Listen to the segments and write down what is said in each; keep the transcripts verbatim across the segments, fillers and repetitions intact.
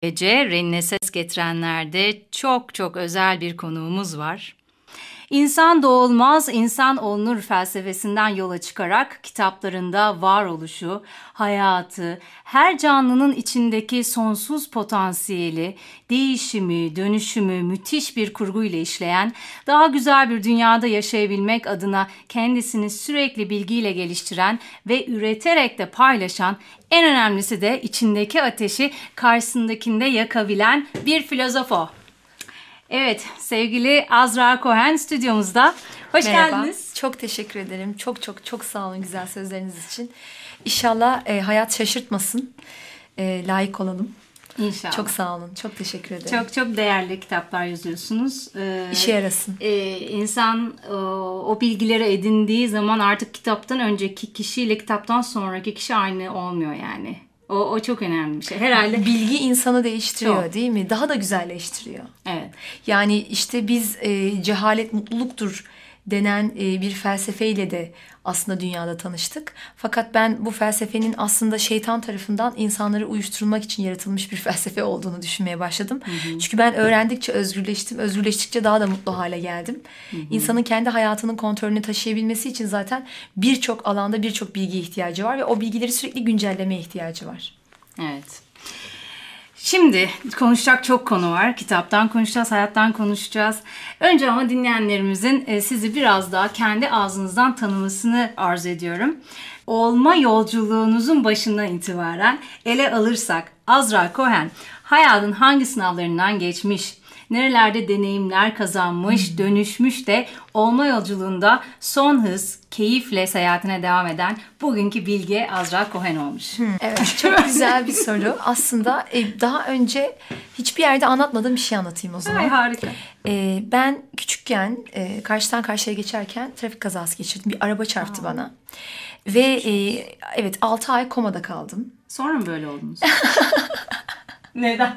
Gece Renine Ses Getirenler'de çok çok özel bir konuğumuz var. İnsan doğulmaz, insan olunur felsefesinden yola çıkarak kitaplarında varoluşu, hayatı, her canlının içindeki sonsuz potansiyeli, değişimi, dönüşümü müthiş bir kurguyla işleyen, daha güzel bir dünyada yaşayabilmek adına kendisini sürekli bilgiyle geliştiren ve üreterek de paylaşan, en önemlisi de içindeki ateşi karşısındakinde yakabilen bir filozof o. Evet, sevgili Azra Cohen stüdyomuzda. Hoş Merhaba. geldiniz. Çok teşekkür ederim. Çok çok çok sağ olun güzel sözleriniz için. İnşallah e, hayat şaşırtmasın. E, layık olalım. İnşallah. Çok sağ olun. Çok teşekkür ederim. Çok çok değerli kitaplar yazıyorsunuz. Ee, İşe yarasın. E, insan o, o bilgileri edindiği zaman artık kitaptan önceki kişiyle kitaptan sonraki kişi aynı olmuyor yani. O, o çok önemli bir şey. Herhalde bilgi insanı değiştiriyor çok. Değil mi? Daha da güzelleştiriyor. Evet. Yani işte biz e, cehalet mutluluktur denen e, bir felsefeyle de aslında dünyada tanıştık. Fakat ben bu felsefenin aslında şeytan tarafından insanları uyuşturmak için yaratılmış bir felsefe olduğunu düşünmeye başladım. Hı hı. Çünkü ben öğrendikçe özgürleştim. Özgürleştikçe daha da mutlu hale geldim. Hı hı. İnsanın kendi hayatının kontrolünü taşıyabilmesi için zaten birçok alanda birçok bilgiye ihtiyacı var ve o bilgileri sürekli güncellemeye ihtiyacı var. Evet. Şimdi konuşacak çok konu var. Kitaptan konuşacağız, hayattan konuşacağız. Önce ama dinleyenlerimizin sizi biraz daha kendi ağzınızdan tanımasını arzu ediyorum. Olma yolculuğunuzun başından itibaren ele alırsak Azra Cohen hayatın hangi sınavlarından geçmiş, nerelerde deneyimler kazanmış, hmm. dönüşmüş de olma yolculuğunda son hız, keyifle seyahatine devam eden bugünkü bilge Azra Cohen olmuş. Hmm. Evet, çok güzel bir soru. Aslında e, daha önce hiçbir yerde anlatmadığım bir şey anlatayım o zaman. Ay, harika. E, ben küçükken e, karşıdan karşıya geçerken trafik kazası geçirdim. Bir araba çarptı Aa. bana. Ve e, evet altı ay komada kaldım. Sonra mı böyle oldunuz? Neden?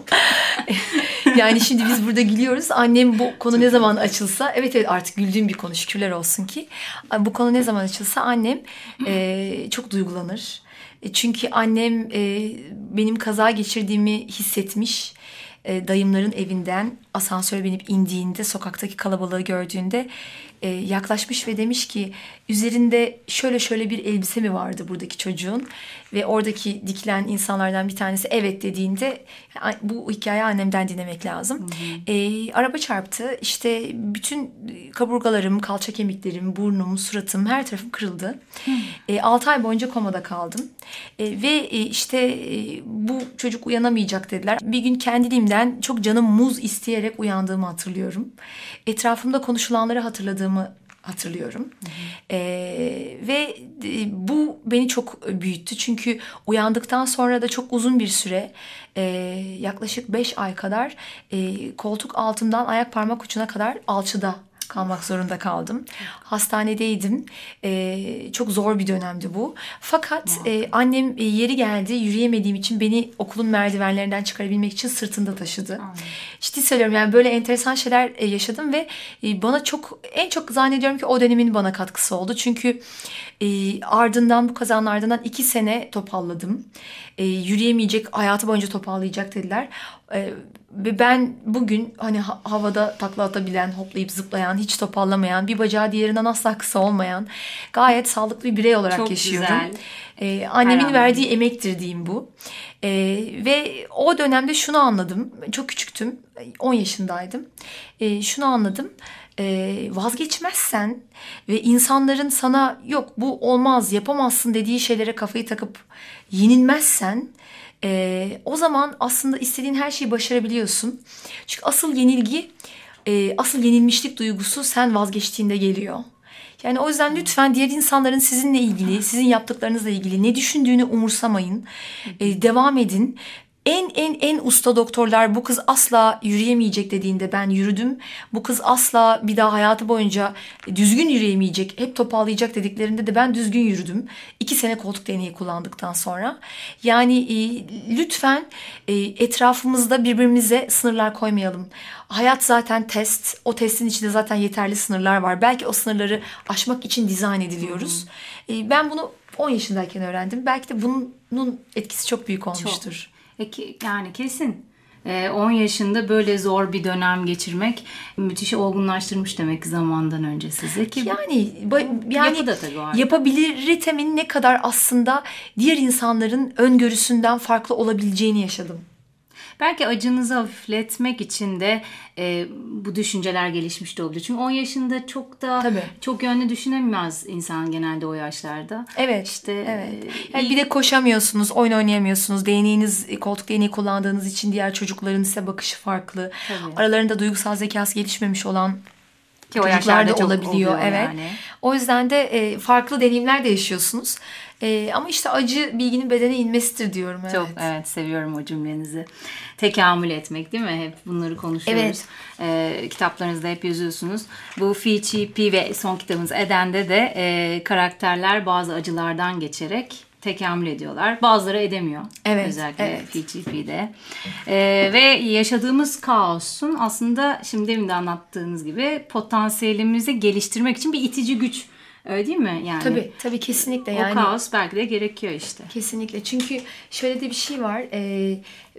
Yani şimdi biz burada gülüyoruz. Annem bu konu ne zaman açılsa, evet evet artık güldüğüm bir konu şükürler olsun ki. Bu konu ne zaman açılsa annem e, çok duygulanır. E, çünkü annem e, benim kaza geçirdiğimi hissetmiş. E, dayımların evinden asansöre binip indiğinde sokaktaki kalabalığı gördüğünde e, yaklaşmış ve demiş ki üzerinde şöyle şöyle bir elbise mi vardı buradaki çocuğun ve oradaki dikilen insanlardan bir tanesi evet dediğinde bu hikayeyi annemden dinlemek lazım. Hı hı. E, araba çarptı, işte bütün kaburgalarım, kalça kemiklerim, burnum, suratım, her tarafım kırıldı. E, altı ay boyunca komada kaldım e, ve e, işte e, bu çocuk uyanamayacak dediler. Bir gün kendiliğimden çok canım muz isteyerek uyandığımı hatırlıyorum. Etrafımda konuşulanları hatırladığımı hatırlıyorum. Hı hı. Ee, ve bu beni çok büyüttü. Çünkü uyandıktan sonra da çok uzun bir süre e, yaklaşık beş ay kadar e, koltuk altımdan ayak parmak ucuna kadar alçıda kalmak zorunda kaldım. Hastanedeydim. Ee, çok zor bir dönemdi bu. Fakat e, annem e, yeri geldi yürüyemediğim için beni okulun merdivenlerinden çıkarabilmek için sırtında taşıdı. Ciddi söylüyorum yani böyle enteresan şeyler e, yaşadım ve e, bana çok en çok zannediyorum ki o dönemin bana katkısı oldu. Çünkü e, ardından bu kazanın ardından iki sene topalladım. E, yürüyemeyecek, hayatı boyunca topallayacak dediler. E, ve ben bugün hani ha- havada takla atabilen, hoplayıp zıplayan, hiç topallamayan, bir bacağı diğerinden asla kısa olmayan, gayet sağlıklı bir birey olarak çok yaşıyorum. Güzel. E, annemin verdiği emektir diyeyim bu. E, ve o dönemde şunu anladım. Çok küçüktüm. on yaşındaydım. E, şunu anladım. Ee, vazgeçmezsen ve insanların sana yok bu olmaz yapamazsın dediği şeylere kafayı takıp yenilmezsen e, o zaman aslında istediğin her şeyi başarabiliyorsun. Çünkü asıl yenilgi e, asıl yenilmişlik duygusu sen vazgeçtiğinde geliyor. Yani o yüzden lütfen diğer insanların sizinle ilgili, sizin yaptıklarınızla ilgili ne düşündüğünü umursamayın. E, devam edin. En en en usta doktorlar bu kız asla yürüyemeyecek dediğinde ben yürüdüm. Bu kız asla bir daha hayatı boyunca düzgün yürüyemeyecek, hep topallayacak dediklerinde de ben düzgün yürüdüm. İki sene koltuk değneği kullandıktan sonra. Yani e, lütfen e, etrafımızda birbirimize sınırlar koymayalım. Hayat zaten test. O testin içinde zaten yeterli sınırlar var. Belki o sınırları aşmak için dizayn ediliyoruz. Hmm. E, ben bunu on yaşındayken öğrendim. Belki de bunun etkisi çok büyük olmuştur. Çok. E, ki- yani kesin. E, on yaşında böyle zor bir dönem geçirmek müthiş olgunlaştırmış demek ki zamandan önce sizi ki. Yani ba- yani yapı da tabii var. yapabiliritemin ne kadar aslında diğer insanların öngörüsünden farklı olabileceğini yaşadım. Belki acınızı hafifletmek için de e, bu düşünceler gelişmiş de olabilir. Çünkü on yaşında çok da Tabii. çok yönlü düşünemez insan genelde o yaşlarda. Evet. İşte evet. e, Yani bir de koşamıyorsunuz, oyun oynayamıyorsunuz. Değneğiniz, koltuk değneği kullandığınız için diğer çocukların size bakışı farklı. Tabii. Aralarında duygusal zekası gelişmemiş olan ki o çocuklar yaşlarda da çok olabiliyor. oluyor Evet. yani. O yüzden de e, farklı deneyimler de yaşıyorsunuz. E, ama işte acı bilginin bedene inmesidir diyorum. Evet. Çok evet seviyorum o cümlenizi. Tekamül etmek değil mi? Hep bunları konuşuyoruz. Evet. Ee, kitaplarınızda hep yazıyorsunuz. Bu Fi Chi Pi ve son kitabımız Eden'de de e, karakterler bazı acılardan geçerek tekamül ediyorlar. Bazıları edemiyor. Evet, Özellikle evet. Fi Chi Pi'de. Ee, ve yaşadığımız kaosun aslında şimdi demin de anlattığınız gibi potansiyelimizi geliştirmek için bir itici güç. Öyle değil mi? Yani Tabii, tabii kesinlikle. o Yani kaos belki de gerekiyor işte. kesinlikle. Çünkü şöyle de bir şey var. Ee,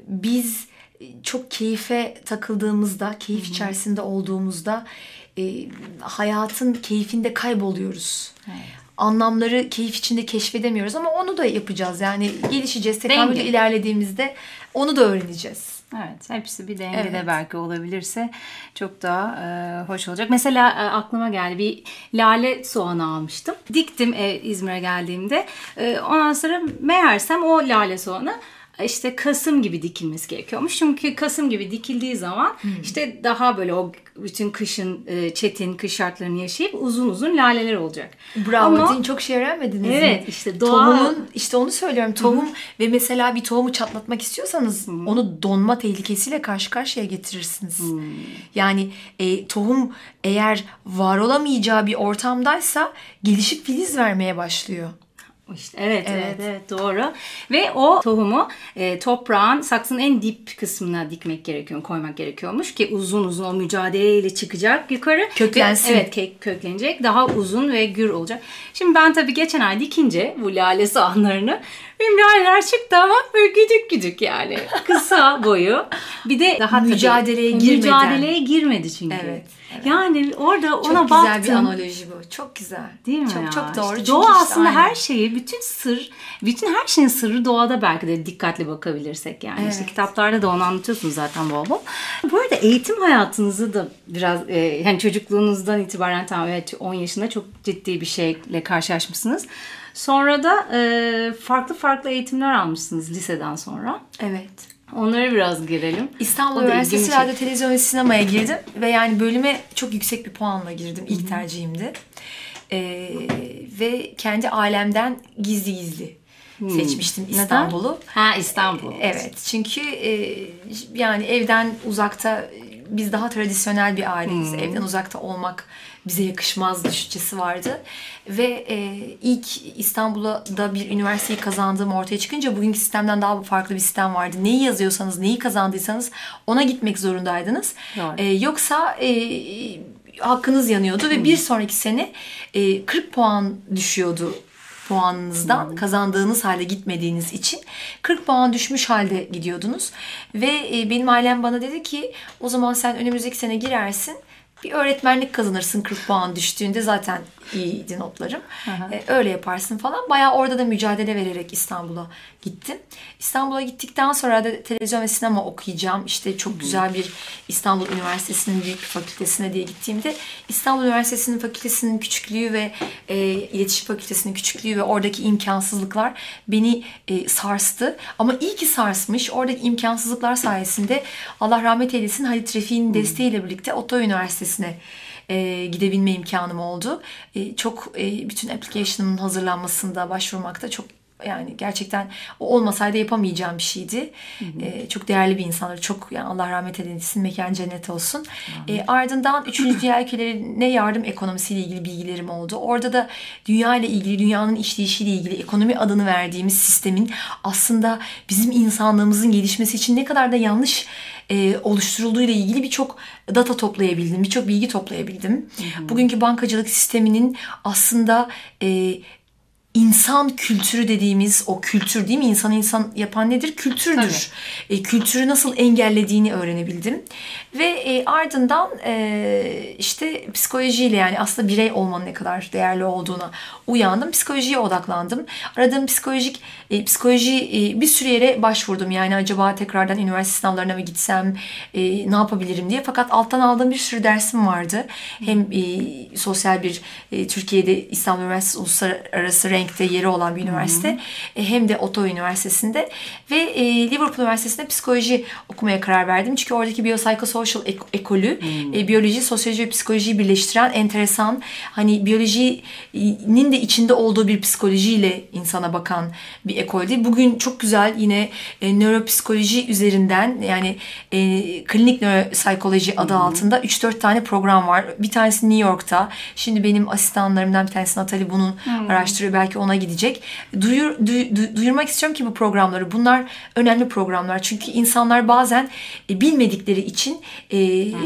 biz çok keyfe takıldığımızda, keyif içerisinde olduğumuzda e, hayatın keyfinde kayboluyoruz. Evet. Anlamları keyif içinde keşfedemiyoruz ama onu da yapacağız. Yani gelişeceğiz, tekamülde Denge. ilerlediğimizde onu da öğreneceğiz. Evet, hepsi bir dengede Evet. belki olabilirse çok daha e, hoş olacak. Mesela e, aklıma geldi bir lale soğanı almıştım. Diktim e, İzmir'e geldiğimde. E, ondan sonra meğersem o lale soğanı işte Kasım gibi dikilmesi gerekiyormuş. Çünkü Kasım gibi dikildiği zaman işte daha böyle o bütün kışın e, çetin kış şartlarını yaşayıp uzun uzun laleler olacak. Bravo. Ama Din çok şey öğrenmediniz evet, mi? işte doğa- Tohumun, işte onu söylüyorum. Tohum ve mesela bir tohumu çatlatmak istiyorsanız onu donma tehlikesiyle karşı karşıya getirirsiniz. Yani e, tohum eğer var olamayacağı bir ortamdaysa gelişip filiz vermeye başlıyor. İşte evet, evet Evet. evet doğru. Ve o tohumu e, toprağın saksının en dip kısmına dikmek gerekiyor, koymak gerekiyormuş ki uzun uzun o mücadeleyle çıkacak yukarı. Köklensin. Ve, evet kö- köklenecek. Daha uzun ve gür olacak. Şimdi ben tabii geçen ay dikince bu lale soğanlarını benim laleler çıktı ama böyle güdük güdük yani. Kısa boyu. Bir de daha tabii Mücadeleye girmeden. mücadeleye girmedi çünkü. Evet, evet. Yani orada Çok ona güzel baktım. bir analoji bu. Çok güzel. Değil mi çok, ya? Çok doğru. İşte Çünkü doğa işte aslında aynen. her şeyi, bütün sır, bütün her şeyin sırrı doğada belki de dikkatli bakabilirsek yani. Evet. İşte kitaplarda da onu anlatıyorsunuz zaten bol bol. Bu arada eğitim hayatınızı da biraz e, yani çocukluğunuzdan itibaren tamam evet on yaşında çok ciddi bir şeyle karşılaşmışsınız. Sonra da e, farklı farklı eğitimler almışsınız liseden sonra. Evet. Onlara biraz girelim. İstanbul O da Üniversitesi ilgimi Radyo Televizyon ve Sinema'ya girdim ve yani bölüme çok yüksek bir puanla girdim. İlk tercihimdi. Ee, ve kendi ailemden gizli gizli seçmiştim İstanbul'u. Ha İstanbul. Evet, çünkü e, yani evden uzakta biz daha tradisyonel bir aileyiz. Evden uzakta olmak bize yakışmaz düşüncesi vardı. Ve e, ilk İstanbul'a da bir üniversiteyi kazandığım ortaya çıkınca bugünkü sistemden daha farklı bir sistem vardı. Neyi yazıyorsanız, neyi kazandıysanız ona gitmek zorundaydınız. Doğru. E, yoksa e, hakkınız yanıyordu ve bir sonraki sene e, kırk puan düşüyordu puanınızdan kazandığınız halde gitmediğiniz için kırk puan düşmüş halde gidiyordunuz. Ve e, benim ailem bana dedi ki o zaman sen önümüzdeki sene girersin. Bir öğretmenlik kazanırsın kırk puan düştüğünde zaten iyiydi notlarım. E, öyle yaparsın falan. Bayağı orada da mücadele vererek İstanbul'a gittim. İstanbul'a gittikten sonra da televizyon ve sinema okuyacağım. İşte çok güzel bir İstanbul Üniversitesi'nin büyük bir fakültesine diye gittiğimde İstanbul Üniversitesi'nin fakültesinin küçüklüğü ve e, iletişim fakültesinin küçüklüğü ve oradaki imkansızlıklar beni e, sarstı. Ama iyi ki sarsmış. Oradaki imkansızlıklar sayesinde Allah rahmet eylesin Halit Refik'in desteğiyle birlikte ODTÜ Üniversitesi'ne e, gidebilme imkanım oldu. E, çok e, bütün application'ımın hazırlanmasında başvurmakta çok yani gerçekten o olmasaydı yapamayacağım bir şeydi. E, çok değerli bir insanlar. Çok yani Allah rahmet eylesin, mekan cennet olsun. E, ardından üçüncü Dünya ülkelerine yardım ekonomisiyle ilgili bilgilerim oldu. Orada da dünya ile ilgili, dünyanın işleyişiyle ilgili ekonomi adını verdiğimiz sistemin aslında bizim insanlığımızın gelişmesi için ne kadar da yanlış e, oluşturulduğu ile ilgili birçok data toplayabildim, birçok bilgi toplayabildim. Hı hı. Bugünkü bankacılık sisteminin aslında e, insan kültürü dediğimiz o kültür değil mi? İnsanı insan yapan nedir? Kültürdür. E, kültürü nasıl engellediğini öğrenebildim. Ve e, ardından e, işte psikolojiyle, yani aslında birey olmanın ne kadar değerli olduğuna uyandım. Psikolojiye odaklandım. Aradığım psikolojik e, psikoloji e, bir sürü yere başvurdum. Yani acaba tekrardan üniversite sınavlarına mı gitsem, e, ne yapabilirim diye. Fakat alttan aldığım bir sürü dersim vardı. Hem e, sosyal bir e, Türkiye'de İstanbul Üniversitesi uluslararası renkte yeri olan bir üniversite. Hı hı. E, hem de Ottawa Üniversitesi'nde ve e, Liverpool Üniversitesi'nde psikoloji okumaya karar verdim. Çünkü oradaki biopsychosocial ek- ekolü hmm. e, biyoloji, sosyoloji ve psikolojiyi birleştiren enteresan, hani biyolojinin de içinde olduğu bir psikolojiyle insana bakan bir ekoldü. Bugün çok güzel yine e, nöropsikoloji üzerinden, yani e, klinik nöropsikoloji adı hmm. altında üç dört tane program var. Bir tanesi New York'ta. Şimdi benim asistanlarımdan bir tanesi Natalie bunun hmm. araştırıyor. Belki ona gidecek. Duyur, du, du, duyurmak istiyorum ki bu programları. Bunlar önemli programlar. Çünkü insanlar bazen e, bilmedikleri için e, hmm.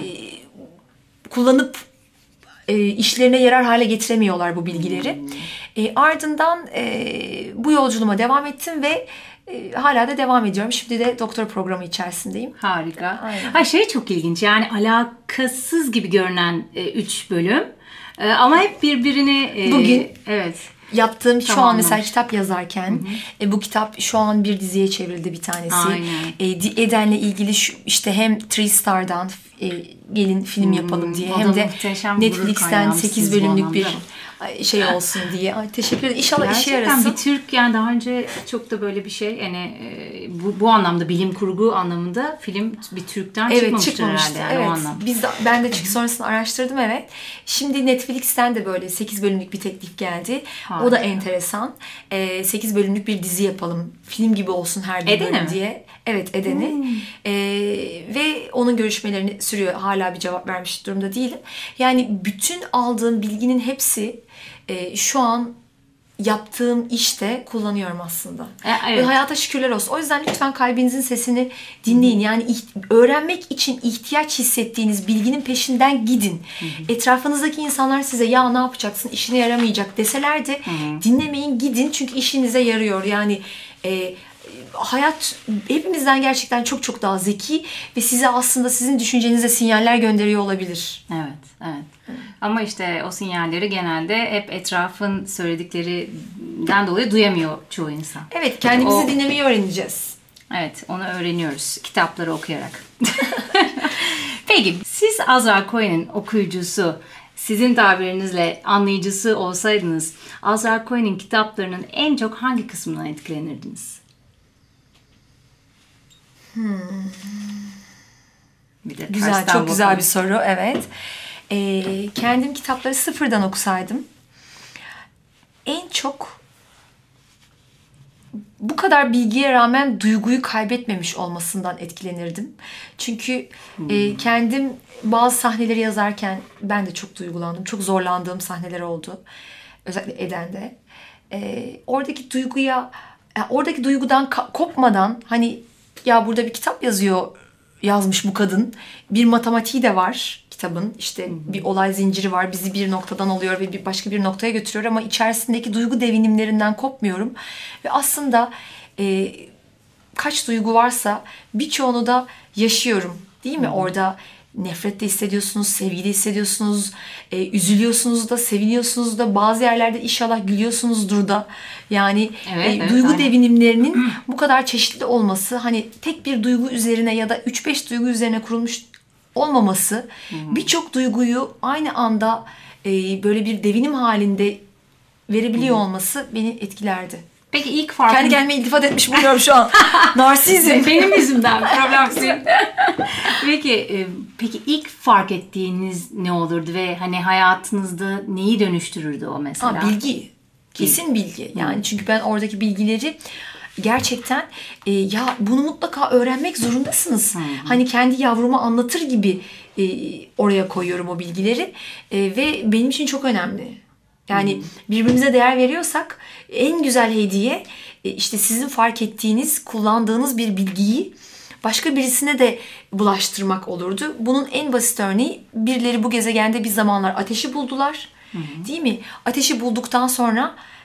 kullanıp e, işlerine yarar hale getiremiyorlar bu bilgileri. Hmm. E, ardından e, bu yolculuğuma devam ettim ve e, hala da devam ediyorum. Şimdi de doktora programı içerisindeyim. Harika. Aynen. Ha, şey çok ilginç, yani alakasız gibi görünen e, üç bölüm e, ama hep birbirini e, bugün evet yaptığım tamam, şu an mesela kitap yazarken, hı hı. E, bu kitap şu an bir diziye çevrildi bir tanesi. E, Eden'le ilgili şu, işte hem Three Star'dan e, gelin film hmm, yapalım diye, hem de Netflix'ten sekiz bölümlük bir şey olsun diye. Ay, teşekkür ederim. İnşallah gerçekten işe yarasın. Bir Türk, yani daha önce çok da böyle bir şey, yani e, bu, bu anlamda bilim kurgu anlamında film bir Türk'ten evet, çıkmamıştır, çıkmamıştır herhalde. Yani evet. o anlamda. Biz de, ben de çünkü sonrasında araştırdım evet. Şimdi Netflix'ten de böyle sekiz bölümlük bir teklif geldi. Harika. O da enteresan. E, sekiz bölümlük bir dizi yapalım. Film gibi olsun her bir Eden'i bölüm mi? diye. Evet, Eden'i. Hmm. E, ve onun görüşmelerini sürüyor. Hala bir cevap vermiş durumda değilim. Yani bütün aldığım bilginin hepsi e, şu an yaptığım işte kullanıyorum aslında. E, evet. Ve hayata şükürler olsun. O yüzden lütfen kalbinizin sesini dinleyin. Hı-hı. Yani öğrenmek için ihtiyaç hissettiğiniz bilginin peşinden gidin. Hı-hı. Etrafınızdaki insanlar size ya ne yapacaksın, işine yaramayacak deseler de Hı-hı. dinlemeyin, gidin. Çünkü işinize yarıyor. Yani e, hayat hepimizden gerçekten çok çok daha zeki ve size aslında sizin düşüncenize sinyaller gönderiyor olabilir. Evet, evet. Hı. Ama işte o sinyalleri genelde hep etrafın söylediklerinden dolayı duyamıyor çoğu insan. Evet, kendimizi o, dinlemeyi öğreneceğiz. Evet, onu öğreniyoruz kitapları okuyarak. Peki, siz Azra Cohen'in okuyucusu, sizin tabirinizle anlayıcısı olsaydınız, Azra Cohen'in kitaplarının en çok hangi kısmından etkilenirdiniz? Hmm. Bir de güzel, çok bakalım. Güzel bir soru, evet. Ee, kendim kitapları sıfırdan okusaydım en çok bu kadar bilgiye rağmen duyguyu kaybetmemiş olmasından etkilenirdim. Çünkü hmm. e, kendim bazı sahneleri yazarken ben de çok duygulandım. Çok zorlandığım sahneler oldu. Özellikle Eden'de. E, oradaki duyguya, yani oradaki duygudan ka- kopmadan, hani ya burada bir kitap yazıyor, yazmış bu kadın. Bir matematiği de var kitabın. İşte hmm. bir olay zinciri var. Bizi bir noktadan alıyor ve bir başka bir noktaya götürüyor ama içerisindeki duygu devinimlerinden kopmuyorum. Ve aslında e, kaç duygu varsa birçoğunu da yaşıyorum. Değil mi? Hmm. Orada nefret de hissediyorsunuz, sevgi de hissediyorsunuz, e, üzülüyorsunuz da, seviniyorsunuz da, bazı yerlerde inşallah gülüyorsunuzdur da. Yani evet, e, evet, duygu aynen. devinimlerinin bu kadar çeşitli olması, hani tek bir duygu üzerine ya da üç beş duygu üzerine kurulmuş olmaması, hmm. birçok duyguyu aynı anda e, böyle bir devinim halinde verebiliyor hmm. olması beni etkilerdi. Peki ilk farkın... Kendi kendime iltifat etmiş buluyorum şu an. Narsizm. Benim yüzümden. Problem. Peki, peki ilk fark ettiğiniz ne olurdu ve hani hayatınızda neyi dönüştürürdü o mesela? Ha, bilgi. Kesin bilgi. Yani hmm. çünkü ben oradaki bilgileri gerçekten e, ya bunu mutlaka öğrenmek zorundasınız. Hmm. Hani kendi yavruma anlatır gibi e, oraya koyuyorum o bilgileri e, ve benim için çok önemli. Yani hmm. birbirimize değer veriyorsak en güzel hediye işte sizin fark ettiğiniz, kullandığınız bir bilgiyi başka birisine de bulaştırmak olurdu. Bunun en basit örneği, birileri bu gezegende bir zamanlar ateşi buldular. Hmm. Değil mi? Ateşi bulduktan sonra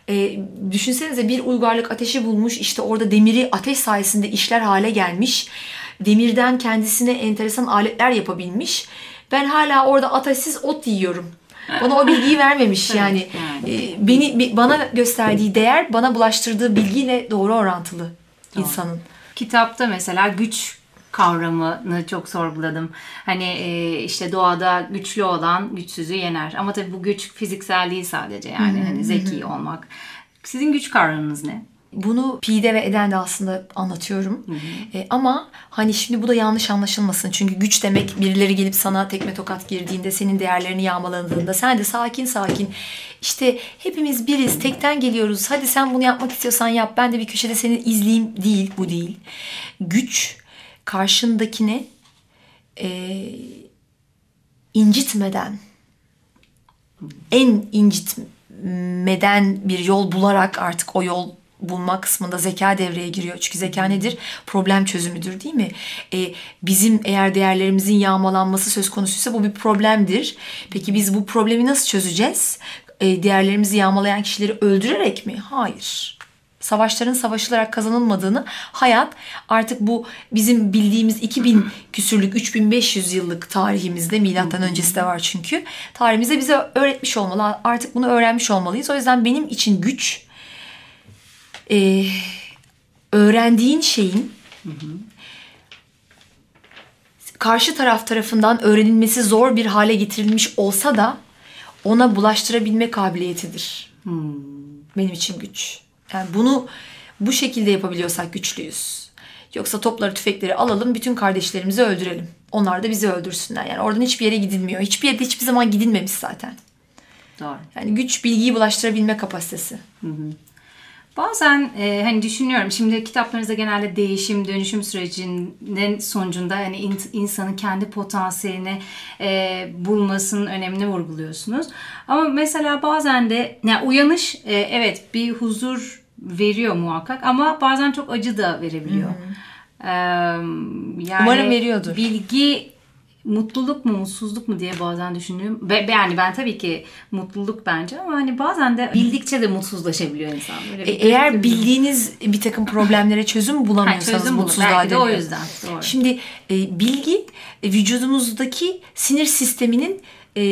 E, düşünsenize bir uygarlık ateşi bulmuş, işte orada demiri ateş sayesinde işler hale gelmiş. Demirden kendisine enteresan aletler yapabilmiş. Ben hala orada ateşsiz ot yiyorum. Bana o bilgiyi vermemiş yani. yani. E, beni bana gösterdiği değer, bana bulaştırdığı bilgiyle doğru orantılı doğru. insanın. Kitapta mesela güç kavramını çok sorguladım. Hani e, işte doğada güçlü olan güçsüzü yener. Ama tabii bu güç fiziksel değil sadece yani. Hani zeki olmak. Sizin güç kavramınız ne? Bunu P'de ve Eden'de aslında anlatıyorum. Hı hı. E, ama hani şimdi bu da yanlış anlaşılmasın. Çünkü güç demek birileri gelip sana tekme tokat girdiğinde, senin değerlerini yağmaladığında sen de sakin sakin işte hepimiz biriz, tekten geliyoruz. Hadi sen bunu yapmak istiyorsan yap. Ben de bir köşede seni izleyeyim değil, bu değil. Güç karşındakine e, incitmeden, en incitmeden bir yol bularak artık o yol bulma kısmında zeka devreye giriyor. Çünkü zeka nedir? Problem çözümüdür, değil mi? Ee, bizim eğer değerlerimizin yağmalanması söz konusuysa bu bir problemdir. Peki biz bu problemi nasıl çözeceğiz? Ee, değerlerimizi yağmalayan kişileri öldürerek mi? Hayır. Savaşların savaşılarak kazanılmadığını, hayat artık bu bizim bildiğimiz iki bin küsürlük, üç bin beş yüz yıllık tarihimizde, milattan öncesi de var çünkü, tarihimizde bize öğretmiş olmalı. Artık bunu öğrenmiş olmalıyız. O yüzden benim için güç Ee, öğrendiğin şeyin hı hı. karşı taraf tarafından öğrenilmesi zor bir hale getirilmiş olsa da ona bulaştırabilme kabiliyetidir. Hmm. Benim için güç. Yani bunu bu şekilde yapabiliyorsak güçlüyüz. Yoksa topları, tüfekleri alalım, bütün kardeşlerimizi öldürelim. Onlar da bizi öldürsünler. Yani oradan hiçbir yere gidilmiyor. Hiçbir yerde hiçbir zaman gidilmemiş zaten. Doğru. Yani güç bilgiyi bulaştırabilme kapasitesi. Hı hı. Bazen e, hani düşünüyorum, şimdi kitaplarınızda genelde değişim, dönüşüm sürecinin sonucunda hani in, insanın kendi potansiyelini e, bulmasının önemini vurguluyorsunuz. Ama mesela bazen de yani uyanış e, evet bir huzur veriyor muhakkak ama bazen çok acı da verebiliyor. Hı-hı. E, yani umarım veriyordur. Bilgi mutluluk mu, mutsuzluk mu diye bazen düşünüyorum. Ve yani ben tabii ki mutluluk bence ama hani bazen de bildikçe de mutsuzlaşabiliyor insan. Böyle e, eğer bildiğiniz bir takım problemlere çözüm bulamıyorsanız ha, mutsuzluğa dönüyor. O yüzden. Doğru. Şimdi e, bilgi e, vücudumuzdaki sinir sisteminin e,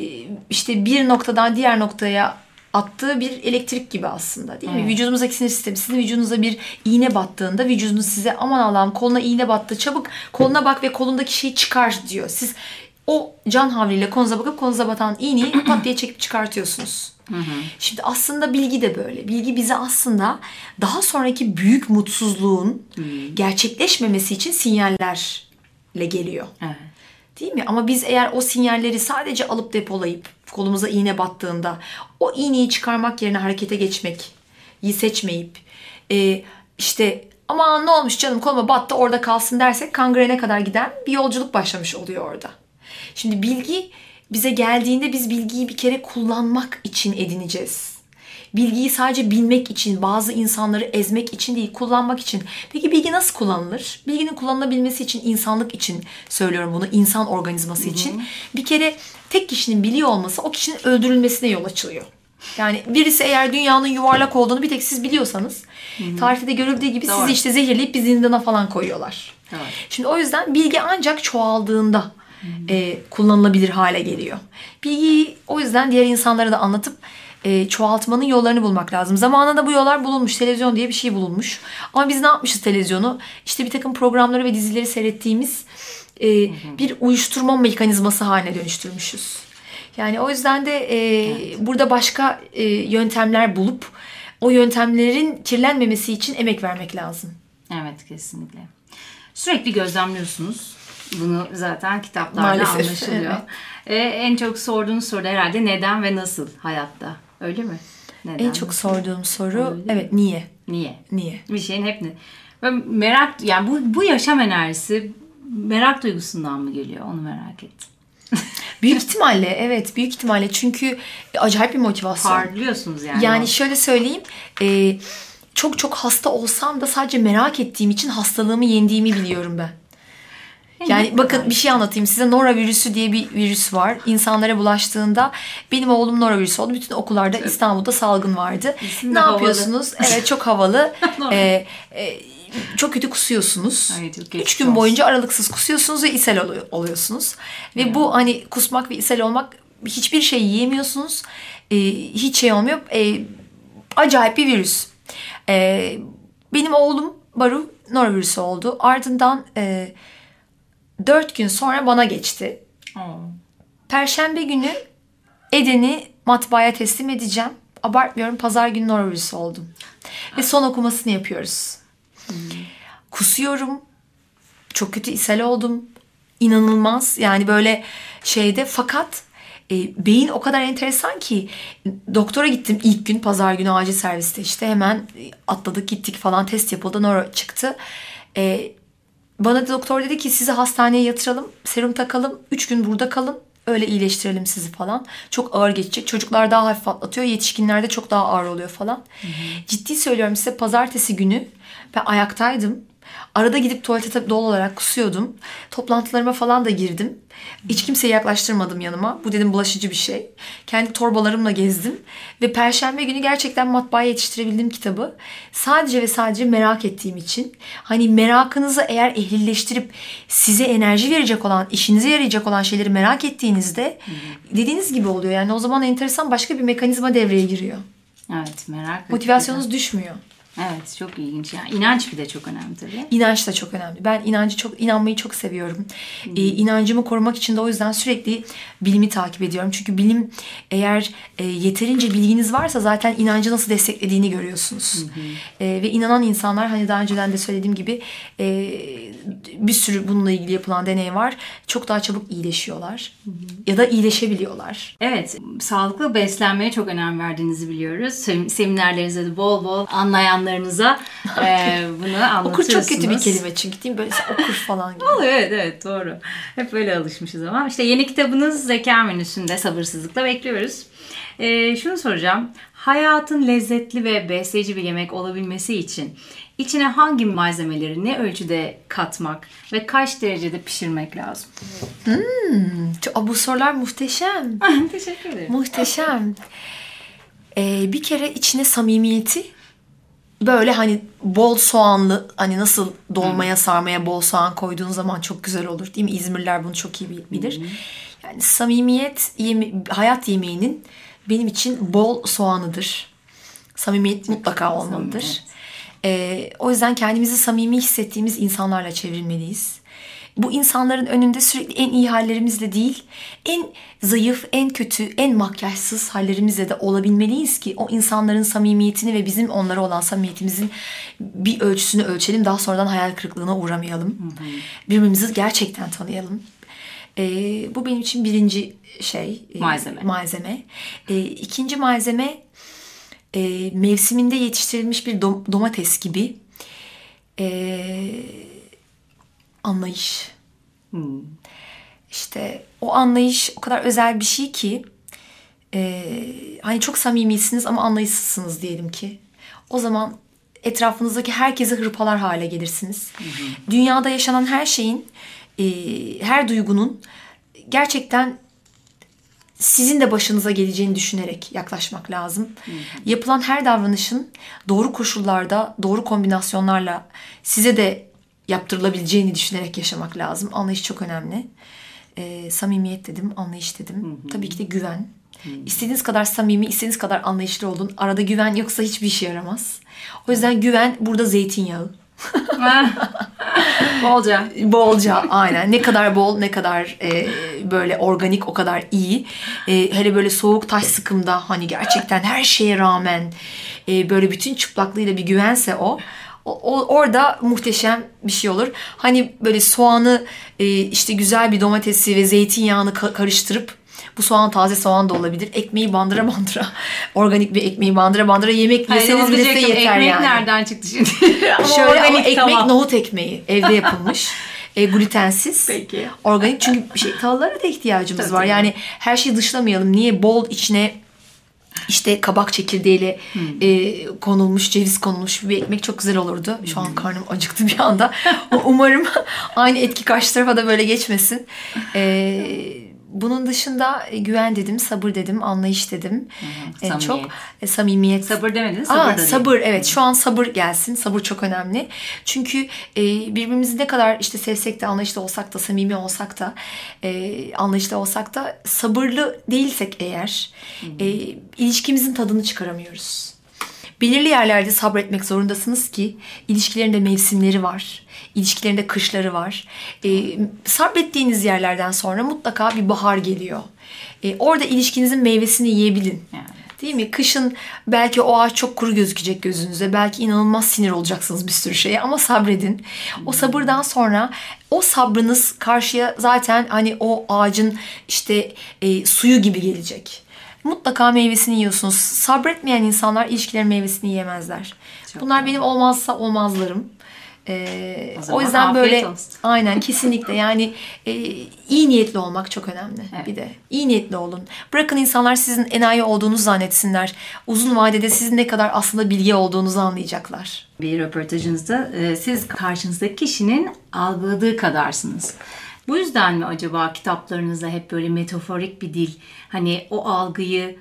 işte bir noktadan diğer noktaya attığı bir elektrik gibi aslında, değil evet. mi? Vücudumuzdaki sinir sistemi, sizin vücudunuza bir iğne battığında vücudunuz size aman Allah'ım koluna iğne battı, çabuk koluna bak ve kolundaki şeyi çıkar diyor. Siz o can havliyle kolunuza bakıp kolunuza batan iğneyi pat diye çekip çıkartıyorsunuz. Hı hı. Şimdi aslında bilgi de böyle. Bilgi bize aslında daha sonraki büyük mutsuzluğun hı. gerçekleşmemesi için sinyallerle geliyor. Evet. Değil mi? Ama biz eğer o sinyalleri sadece alıp depolayıp kolumuza iğne battığında o iğneyi çıkarmak yerine harekete geçmeyi seçmeyip e, işte aman ne olmuş canım koluma battı orada kalsın dersek kangrene kadar giden bir yolculuk başlamış oluyor orada. Şimdi bilgi bize geldiğinde biz bilgiyi bir kere kullanmak için edineceğiz. Bilgiyi sadece bilmek için, bazı insanları ezmek için değil, kullanmak için. Peki bilgi nasıl kullanılır? Bilginin kullanılabilmesi için, insanlık için söylüyorum bunu, insan organizması için. Hı hı. Bir kere tek kişinin biliyor olması o kişinin öldürülmesine yol açılıyor. Yani birisi eğer dünyanın yuvarlak olduğunu bir tek siz biliyorsanız, hı hı. tarihte de görüldüğü gibi Doğru. sizi işte zehirleyip bir zindana falan koyuyorlar. Doğru. Şimdi o yüzden bilgi ancak çoğaldığında e, kullanılabilir hale geliyor. Bilgiyi o yüzden diğer insanlara da anlatıp E, çoğaltmanın yollarını bulmak lazım. Zamanında bu yollar bulunmuş. Televizyon diye bir şey bulunmuş. Ama biz ne yapmışız televizyonu? İşte bir takım programları ve dizileri seyrettiğimiz e, bir uyuşturma mekanizması haline dönüştürmüşüz. Yani o yüzden de e, evet. burada başka e, yöntemler bulup o yöntemlerin kirlenmemesi için emek vermek lazım. Evet, kesinlikle. Sürekli gözlemliyorsunuz. Bunu zaten kitaplarda Maalesef, anlaşılıyor. Evet. E, en çok sorduğunuz soru herhalde neden ve nasıl hayatta? Öyle mi? Neden? En çok nasıl? Sorduğum soru evet niye? Niye? Niye? Bir şeyin hep ne? Ve merak, yani bu bu yaşam enerjisi merak duygusundan mı geliyor? Onu merak ettim. Büyük ihtimalle evet, büyük ihtimalle çünkü acayip bir motivasyon. Parlıyorsunuz yani. Yani şöyle söyleyeyim, e, çok çok hasta olsam da sadece merak ettiğim için hastalığımı yendiğimi biliyorum ben. Yani bakın bir şey anlatayım size. Norovirüsü diye bir virüs var. İnsanlara bulaştığında benim oğlum norovirüsü oldu. Bütün okullarda İstanbul'da salgın vardı. İsim ne havalı. yapıyorsunuz? Evet, çok havalı. ee, e, çok kötü kusuyorsunuz. Ay, çok Üç gün boyunca aralıksız kusuyorsunuz ve ishal oluyor, oluyorsunuz. Ve ya. Bu hani kusmak ve ishal olmak, hiçbir şey yiyemiyorsunuz. Ee, hiç şey olmuyor. Ee, acayip bir virüs. Ee, benim oğlum Baru norovirüsü oldu. Ardından e, dört gün sonra bana geçti. Oh. Perşembe günü Eden'i matbaaya teslim edeceğim. Abartmıyorum, pazar günü norovirüsü oldum. Ve son okumasını yapıyoruz. Hmm. Kusuyorum. Çok kötü ishal oldum. İnanılmaz. Yani böyle şeyde, fakat e, beyin o kadar enteresan ki doktora gittim ilk gün, pazar günü acil serviste, işte hemen atladık gittik falan, test yapıldı, noro çıktı. E, bana da doktor dedi ki sizi hastaneye yatıralım, serum takalım, üç gün burada kalın, öyle iyileştirelim sizi falan. Çok ağır geçecek. Çocuklar daha hafif atlatıyor, yetişkinlerde çok daha ağır oluyor falan. Hı hı. Ciddi söylüyorum size, pazartesi günü ben ayaktaydım. Arada gidip tuvalete tabii doğal olarak kusuyordum. Toplantılarıma falan da girdim. Hiç kimseyi yaklaştırmadım yanıma. Bu dedim bulaşıcı bir şey. Kendi torbalarımla gezdim. Ve Perşembe günü gerçekten matbaaya yetiştirebildim kitabı. Sadece ve sadece merak ettiğim için. Hani merakınızı eğer ehlileştirip size enerji verecek olan, işinize yarayacak olan şeyleri merak ettiğinizde hmm. dediğiniz gibi oluyor. Yani o zaman enteresan başka bir mekanizma devreye giriyor. Evet, merak. Motivasyonunuz düşmüyor. Evet, çok ilginç. Yani inanç bir de çok önemli tabii. İnanç da çok önemli. Ben inancı çok inanmayı çok seviyorum. Hmm. Ee, inancımı korumak için de o yüzden sürekli bilimi takip ediyorum. Çünkü bilim, eğer e, yeterince bilginiz varsa zaten inancı nasıl desteklediğini görüyorsunuz. Hmm. E, ve inanan insanlar, hani daha önceden de söylediğim gibi e, bir sürü bununla ilgili yapılan deney var. Çok daha çabuk iyileşiyorlar. Hmm. Ya da iyileşebiliyorlar. Evet, sağlıklı beslenmeye çok önem verdiğinizi biliyoruz. Seminerlerinizde de bol bol anlayan larınıza e, bunu anlatıyorsunuz. Okur çok kötü bir kelime çünkü, değil mi? Böyle okur falan gibi. Oluyor, evet evet doğru. Hep böyle alışmışız ama. İşte yeni kitabınız Zeka Menüsü'nde sabırsızlıkla bekliyoruz. E, şunu soracağım. Hayatın lezzetli ve besleyici bir yemek olabilmesi için içine hangi malzemeleri ne ölçüde katmak ve kaç derecede pişirmek lazım? Hmm, bu sorular muhteşem. Teşekkür ederim. Muhteşem. Ee, bir kere içine samimiyeti, böyle hani bol soğanlı, hani nasıl dolmaya sarmaya bol soğan koyduğun zaman çok güzel olur, değil mi? İzmirliler bunu çok iyi bilir. Hmm. Yani samimiyet yeme- hayat yemeğinin benim için bol soğanıdır. Samimiyet mutlaka olmalıdır. Samimiyet. Ee, o yüzden kendimizi samimi hissettiğimiz insanlarla çevrilmeliyiz. Bu insanların önünde sürekli en iyi hallerimizle değil, en zayıf, en kötü, en makyajsız hallerimizle de olabilmeliyiz ki o insanların samimiyetini ve bizim onlara olan samimiyetimizin bir ölçüsünü ölçelim. Daha sonradan hayal kırıklığına uğramayalım. Hı hı. Birbirimizi gerçekten tanıyalım. Ee, bu benim için birinci şey. Malzeme. E, malzeme. Ee, ikinci malzeme e, mevsiminde yetiştirilmiş bir dom- domates gibi. Eee... Anlayış. Hmm. İşte o anlayış o kadar özel bir şey ki e, hani çok samimisiniz ama anlayışsızsınız diyelim ki. O zaman etrafınızdaki herkese hırpalar hale gelirsiniz. Hı hı. Dünyada yaşanan her şeyin, e, her duygunun gerçekten sizin de başınıza geleceğini düşünerek yaklaşmak lazım. Hı hı. Yapılan her davranışın doğru koşullarda, doğru kombinasyonlarla size de yaptırılabileceğini düşünerek yaşamak lazım. Anlayış çok önemli. E, samimiyet dedim, anlayış dedim. Hı hı. Tabii ki de güven. Hı hı. İstediğiniz kadar samimi, istediğiniz kadar anlayışlı olun. Arada güven yoksa hiçbir işe yaramaz. O yüzden güven burada zeytinyağı. Bolca. Bolca, aynen. Ne kadar bol, ne kadar e, böyle organik, o kadar iyi. E, hele böyle soğuk taş sıkımda, hani gerçekten her şeye rağmen e, böyle bütün çıplaklığıyla bir güvense o. O, o, orada muhteşem bir şey olur. Hani böyle soğanı, e, işte güzel bir domatesi ve zeytinyağını ka- karıştırıp, bu soğan taze soğan da olabilir. Ekmeği bandıra bandıra, organik bir ekmeği bandıra bandıra yemek yeseniz bile size yeter ekmek yani. Ekmek nereden çıktı şimdi? Şöyle ama ekmek, tamam. Nohut ekmeği evde yapılmış. E, glutensiz. Peki. Organik, çünkü şey, tahıllara da ihtiyacımız tabii, var. tabii. Yani her şeyi dışlamayalım. Niye? Bol içine İşte kabak çekirdeğiyle hmm. e, konulmuş, ceviz konulmuş bir ekmek çok güzel olurdu. Şu an karnım acıktı bir anda. Umarım aynı etki karşı tarafa da böyle geçmesin. E, bunun dışında e, güven dedim, sabır dedim, anlayış dedim. Hı hı, e, çok e, samimiyet. Sabır demediniz, sabır Aa, da sabır değil. evet, şu an sabır gelsin. Sabır çok önemli. Çünkü e, birbirimizi ne kadar işte sevsek de, anlayışlı olsak da, samimi olsak da, e, anlayışlı olsak da sabırlı değilsek eğer e, ilişkimizin tadını çıkaramıyoruz. Belirli yerlerde sabretmek zorundasınız ki ilişkilerinde mevsimleri var. İlişkilerinde kışları var. E, sabrettiğiniz yerlerden sonra mutlaka bir bahar geliyor. E, orada ilişkinizin meyvesini yiyebilin. Yani. Değil mi? Kışın belki o ağaç çok kuru gözükecek gözünüze. Belki inanılmaz sinir olacaksınız bir sürü şeye ama sabredin. O sabırdan sonra o sabrınız karşıya zaten hani o ağacın işte e, suyu gibi gelecek. Mutlaka meyvesini yiyorsunuz. Sabretmeyen insanlar ilişkilerin meyvesini yiyemezler. Çok Bunlar doğru. Benim olmazsa olmazlarım. Ee, o, o yüzden böyle olsun. Aynen kesinlikle yani e, iyi niyetli olmak çok önemli. Evet. Bir de iyi niyetli olun. Bırakın insanlar sizin enayi olduğunuzu zannetsinler. Uzun vadede sizin ne kadar aslında bilgi olduğunuzu anlayacaklar. Bir röportajınızda e, siz karşınızdaki kişinin algıladığı kadarsınız. Bu yüzden mi acaba kitaplarınızda hep böyle metaforik bir dil, hani o algıyı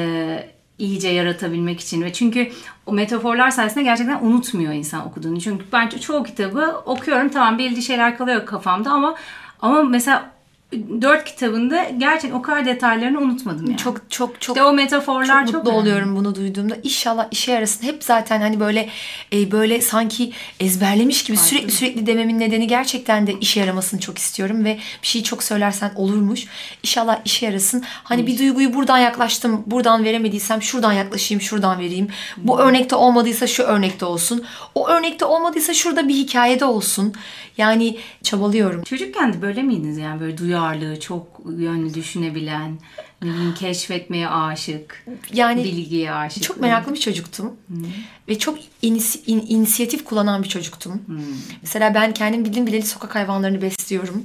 e, iyice yaratabilmek için ve çünkü o metaforlar sayesinde gerçekten unutmuyor insan okuduğunu. Çünkü ben çoğu kitabı okuyorum, tamam belli şeyler kalıyor kafamda ama ama mesela dört kitabında gerçekten o kadar detaylarını unutmadım yani. Çok çok çok. İşte o metaforlar çok, çok mutlu oluyorum bunu duyduğumda. İnşallah işe yarasın. Hep zaten hani böyle e, böyle sanki ezberlemiş gibi Farklı. sürekli sürekli dememin nedeni gerçekten de işe yaramasını çok istiyorum ve bir şeyi çok söylersen olurmuş. İnşallah işe yarasın. Hani evet. Bir duyguyu buradan yaklaştım, buradan veremediysem şuradan yaklaşayım, şuradan vereyim. Bu hmm. örnekte olmadıysa şu örnekte olsun. O örnekte olmadıysa şurada bir hikayede olsun. Yani çabalıyorum. Çocukken de böyle miydiniz yani, böyle duyarlı, çok yönlü düşünebilen, ne bileyim, keşfetmeye aşık, yani bilgiye aşık? Çok meraklı bir çocuktum. Hmm. Ve çok inisi, in, inisiyatif kullanan bir çocuktum. Hmm. Mesela ben kendim bildiğim bileli sokak hayvanlarını besliyorum.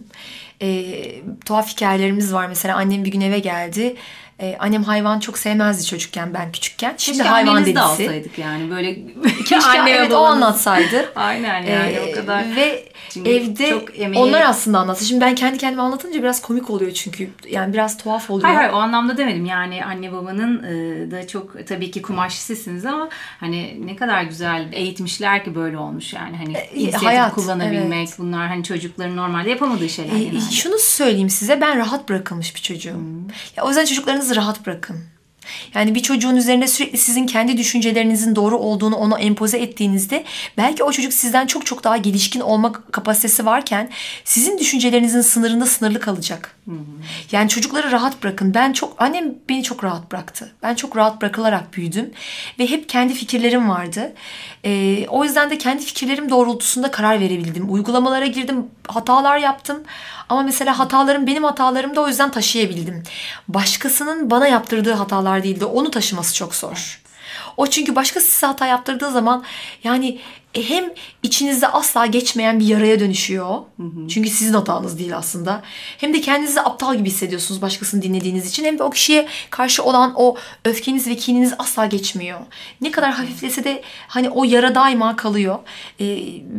E, tuhaf hikayelerimiz var. Mesela annem bir gün eve geldi. Ee, annem hayvan çok sevmezdi çocukken, ben küçükken. Şimdi keşke hayvan delisi. Keşke anneniz de alsaydık yani böyle. Keşke evet o anlatsaydı. Aynen yani ee, o kadar. Ve çünkü evde emeği... onlar aslında anlatsın. Şimdi ben kendi kendime anlatınca biraz komik oluyor çünkü. Yani biraz tuhaf oluyor. Hayır hayır, o anlamda demedim. Yani anne babanın e, da çok tabii ki kumaşlısınız ama hani ne kadar güzel eğitmişler ki böyle olmuş yani. Hani inisiyatif hayat, kullanabilmek, evet. Bunlar hani çocukların normalde yapamadığı şeyler. E, şunu söyleyeyim size, ben rahat bırakılmış bir çocuğum. Hmm. Ya, o yüzden çocuklarınızı rahat bırakın. Yani bir çocuğun üzerinde sürekli sizin kendi düşüncelerinizin doğru olduğunu ona empoze ettiğinizde belki o çocuk sizden çok çok daha gelişkin olma kapasitesi varken sizin düşüncelerinizin sınırında sınırlı kalacak. Hı hı. Yani çocukları rahat bırakın. Ben çok annem beni çok rahat bıraktı. Ben çok rahat bırakılarak büyüdüm ve hep kendi fikirlerim vardı. Ee, o yüzden de kendi fikirlerim doğrultusunda karar verebildim. Uygulamalara girdim, hatalar yaptım. Ama mesela hatalarım benim hatalarım da o yüzden taşıyabildim. Başkasının bana yaptırdığı hatalar değildi. Onu taşıması çok zor. O çünkü başkası size hata yaptırdığı zaman yani hem içinizde asla geçmeyen bir yaraya dönüşüyor. Hı hı. Çünkü sizin hatanız değil aslında. Hem de kendinizi aptal gibi hissediyorsunuz başkasını dinlediğiniz için. Hem de o kişiye karşı olan o öfkeniz ve kininiz asla geçmiyor. Ne kadar hafiflese de hani o yara daima kalıyor. Ee,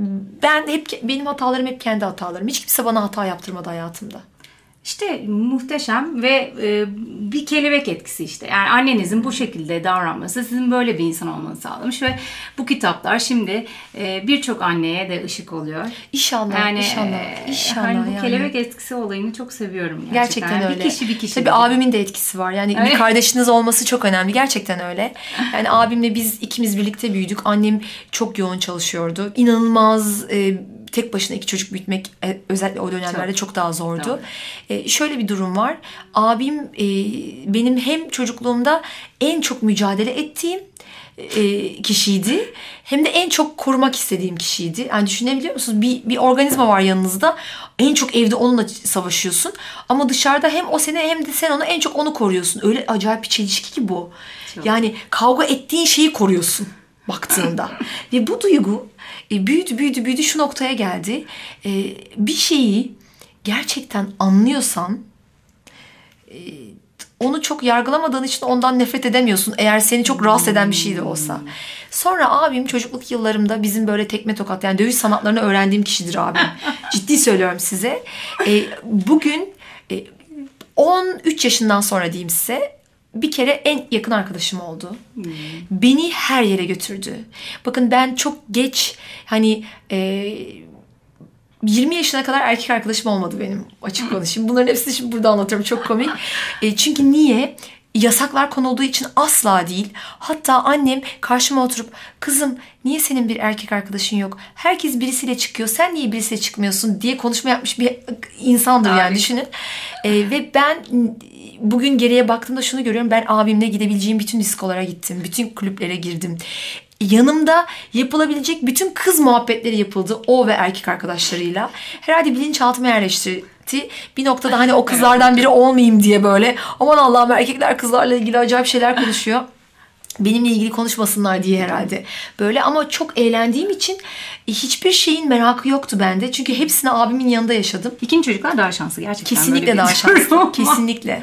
ben hep benim hatalarım hep kendi hatalarım. Hiç kimse bana hata yaptırmadı hayatımda. İşte muhteşem ve e, bir kelebek etkisi işte. Yani annenizin bu şekilde davranması sizin böyle bir insan olmanızı sağlamış ve bu kitaplar şimdi e, birçok anneye de ışık oluyor. İnşallah, yani, inşallah. İnşallah. Hani bu yani. kelebek etkisi olayını çok seviyorum gerçekten. Gerçekten yani öyle. Bir kişi bir kişi. Tabii abimin de etkisi var. Yani evet. Bir kardeşiniz olması çok önemli. Gerçekten öyle. Yani abimle biz ikimiz birlikte büyüdük. Annem çok yoğun çalışıyordu. İnanılmaz e, tek başına iki çocuk büyütmek özellikle o dönemlerde çok, çok daha zordu. E, şöyle bir durum var. Abim e, benim hem çocukluğumda en çok mücadele ettiğim e, kişiydi. Hem de en çok korumak istediğim kişiydi. Yani düşünebiliyor musunuz? Bir, bir organizma var yanınızda. En çok evde onunla savaşıyorsun. Ama dışarıda hem o seni hem de sen onu en çok onu koruyorsun. Öyle acayip bir çelişki ki bu. Çok. Yani kavga ettiğin şeyi koruyorsun baktığında. Ve bu duygu e, büyüdü büyüdü büyüdü şu noktaya geldi. E, bir şeyi gerçekten anlıyorsan e, onu çok yargılamadığın için ondan nefret edemiyorsun. Eğer seni çok rahatsız eden bir şey de olsa. Sonra abim çocukluk yıllarımda bizim böyle tekme tokat yani dövüş sanatlarını öğrendiğim kişidir abim. Ciddi söylüyorum size. E, bugün e, on üç yaşından sonra diyeyim size bir kere en yakın arkadaşım oldu. Hmm. Beni her yere götürdü. Bakın ben çok geç hani e, yirmi yaşına kadar erkek arkadaşım olmadı benim, açık konuşayım. Bunların hepsini şimdi burada anlatıyorum, çok komik. E, çünkü niye? Yasaklar konulduğu için asla değil. Hatta annem karşıma oturup kızım niye senin bir erkek arkadaşın yok? Herkes birisiyle çıkıyor. Sen niye birisiyle çıkmıyorsun diye konuşma yapmış bir insandır yani, Abi. düşünün. Ee, ve ben bugün geriye baktığımda şunu görüyorum. Ben abimle gidebileceğim bütün diskolara gittim. Bütün kulüplere girdim. Yanımda yapılabilecek bütün kız muhabbetleri yapıldı. O ve erkek arkadaşlarıyla. Herhalde bilinçaltıma yerleştirdi. Bir noktada hani o kızlardan biri olmayayım diye böyle aman Allah'ım erkekler kızlarla ilgili acayip şeyler konuşuyor. Benimle ilgili konuşmasınlar diye herhalde. Böyle ama çok eğlendiğim için hiçbir şeyin merakı yoktu bende. Çünkü hepsini abimin yanında yaşadım. İkinci çocuklar daha şanslı gerçekten. Kesinlikle daha şanslı. Kesinlikle.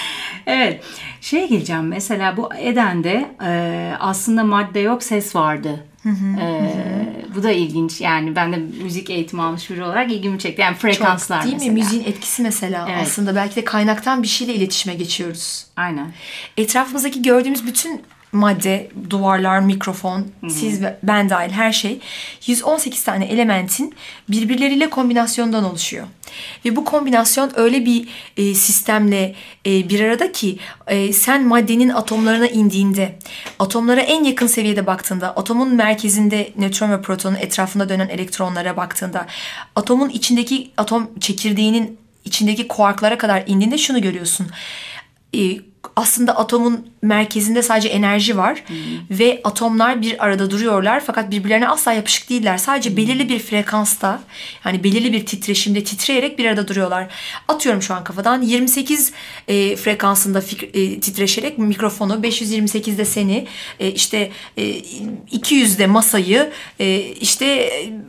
Evet. Şeye geleceğim mesela bu Eden'de e, aslında madde yok ses vardı. Hı hı, ee, hı. Bu da ilginç yani ben de müzik eğitimi almış biri olarak ilgimi çekti yani frekanslar çok, değil mesela. mi? Müziğin etkisi mesela evet. Aslında belki de kaynaktan bir şeyle iletişime geçiyoruz. Aynen. Etrafımızdaki gördüğümüz bütün madde, duvarlar, mikrofon, Hı-hı. siz ve ben dahil her şey yüz on sekiz tane elementin birbirleriyle kombinasyondan oluşuyor. Ve bu kombinasyon öyle bir e, sistemle e, bir arada ki e, sen maddenin atomlarına indiğinde, atomlara en yakın seviyede baktığında, atomun merkezinde nötron ve protonun etrafında dönen elektronlara baktığında, atomun içindeki atom çekirdeğinin içindeki kuarklara kadar indiğinde şunu görüyorsun. E, aslında atomun merkezinde sadece enerji var hmm. ve atomlar bir arada duruyorlar fakat birbirlerine asla yapışık değiller. Sadece hmm. belirli bir frekansta yani belirli bir titreşimde titreyerek bir arada duruyorlar. Atıyorum şu an kafadan yirmi sekiz e, frekansında fikri, e, titreşerek mikrofonu, beş yüz yirmi sekizde seni, e, işte e, iki yüzde masayı, e, işte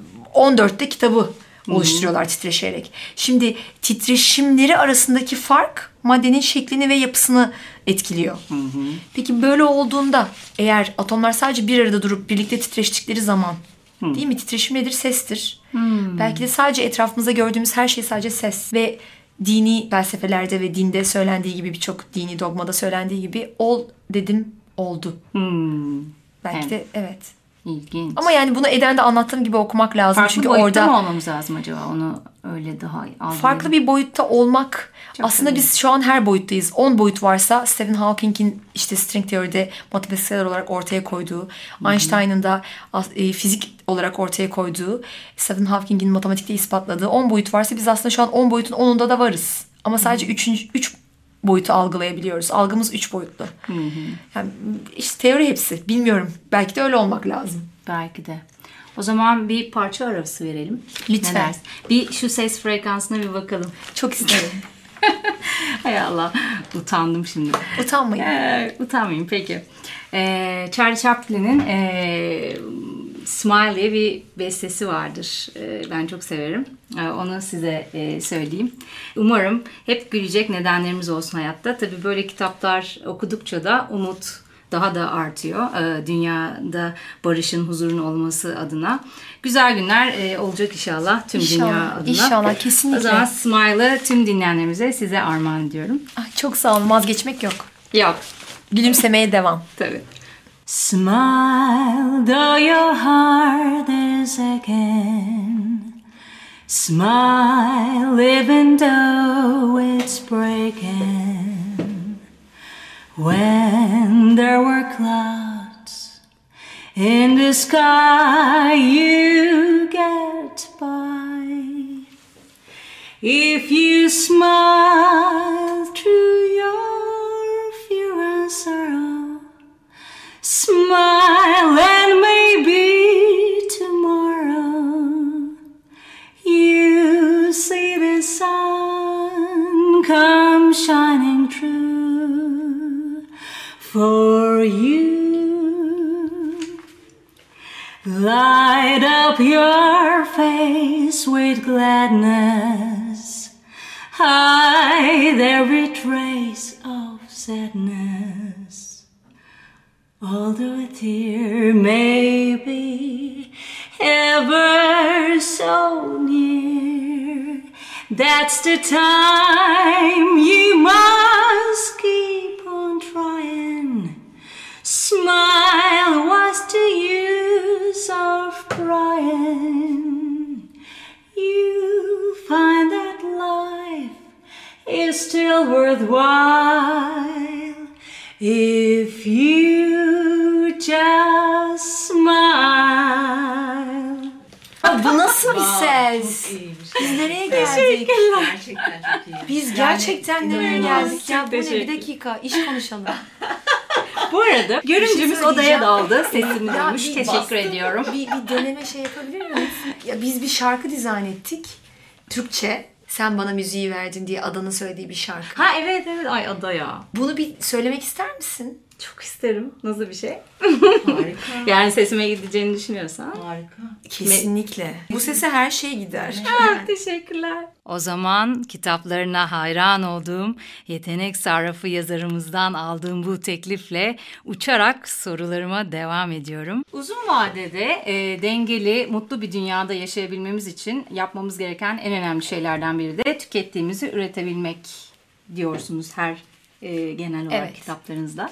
on dörtte kitabı oluşturuyorlar titreşerek. Şimdi titreşimleri arasındaki fark maddenin şeklini ve yapısını etkiliyor. Hı hı. Peki böyle olduğunda eğer atomlar sadece bir arada durup birlikte titreştikleri zaman hı. değil mi? Titreşim nedir? Sestir. Hı. Belki de sadece etrafımızda gördüğümüz her şey sadece ses. Ve dini felsefelerde ve dinde söylendiği gibi birçok dini dogmada söylendiği gibi ol dedim oldu. Hı. Belki evet. de evet. İlginç. Ama yani bunu Eden'de anlattığım gibi okumak lazım. Farklı çünkü boyutta orada mı olmamız lazım acaba? Onu öyle daha algılayalım. Farklı bir boyutta olmak. Çok aslında önemli. Biz şu an her boyuttayız. on boyut varsa Stephen Hawking'in işte string teoride matematiksel olarak ortaya koyduğu, Hı-hı. Einstein'ın da e, fizik olarak ortaya koyduğu, Stephen Hawking'in matematikte ispatladığı on boyut varsa biz aslında şu an on boyutun onunda da varız. Ama sadece üçüncü üç boyutu algılayabiliyoruz. Algımız üç boyutlu. Hı hı. Yani işte teori hepsi. Bilmiyorum. Belki de öyle olmak lazım. Belki de. O zaman bir parça arası verelim. Lütfen. Bir şu ses frekansına bir bakalım. Çok isterim. Hay Allah. Utandım şimdi. Utanmayın. Ee, utanmayayım peki. Ee, Charlie Chaplin'in ee, Smile diye bir bestesi vardır. Ee, ben çok severim. Ee, onu size ee, söyleyeyim. Umarım hep gülecek nedenlerimiz olsun hayatta. Tabii böyle kitaplar okudukça da umut daha da artıyor. Ee, dünyada barışın, huzurun olması adına. Güzel günler e, olacak inşallah tüm İnşallah, dünya adına. İnşallah, kesinlikle. O zaman Smile'ı tüm dinleyenlerimize size armağan ediyorum. Ay, çok sağ olun. Vazgeçmek yok. Yok. Gülümsemeye devam. Tabii. Smile though your heart is aching. Smile even though it's breaking. When there were clouds in the sky, you get by. If you smile through your fear and sorrow, smile and maybe tomorrow you see the sun come shining through for you. Light up your face with gladness, hide every trace of sadness. Although a tear may be ever so near, that's the time you must keep on trying. Smile, what's the use of crying? You find that life is still worthwhile if you just smile. Bu nasıl bir ses? Çok iyiymiş. Biz nereye Teşekkürler. geldik? Gerçekten çok iyi. Biz gerçekten nereye inanılmaz. geldik ya? Çok Bu ne? Bir teşekkür. dakika, iş konuşalım. Bu arada görümcemiz söyleyeceğim. odaya daldı. Sesini Ya duymuş. bir Teşekkür bastım. ediyorum. Bir, bir deneme şey yapabilir miyiz? Ya biz bir şarkı dizayn ettik. Türkçe. Sen bana müziği verdin diye Adan'ın söylediği bir şarkı. Ha evet evet. Ay Ada ya. Bunu bir söylemek ister misin? Çok isterim. Nasıl bir şey? Harika. Yani sesime gideceğini düşünüyorsan. Harika. Kesinlikle. Bu sese her şey gider. Teşekkürler. O zaman kitaplarına hayran olduğum Yetenek Sarrafı yazarımızdan aldığım bu teklifle uçarak sorularıma devam ediyorum. Uzun vadede e, dengeli, mutlu bir dünyada yaşayabilmemiz için yapmamız gereken en önemli şeylerden biri de tükettiğimizi üretebilmek diyorsunuz her e, genel olarak Evet. kitaplarınızda.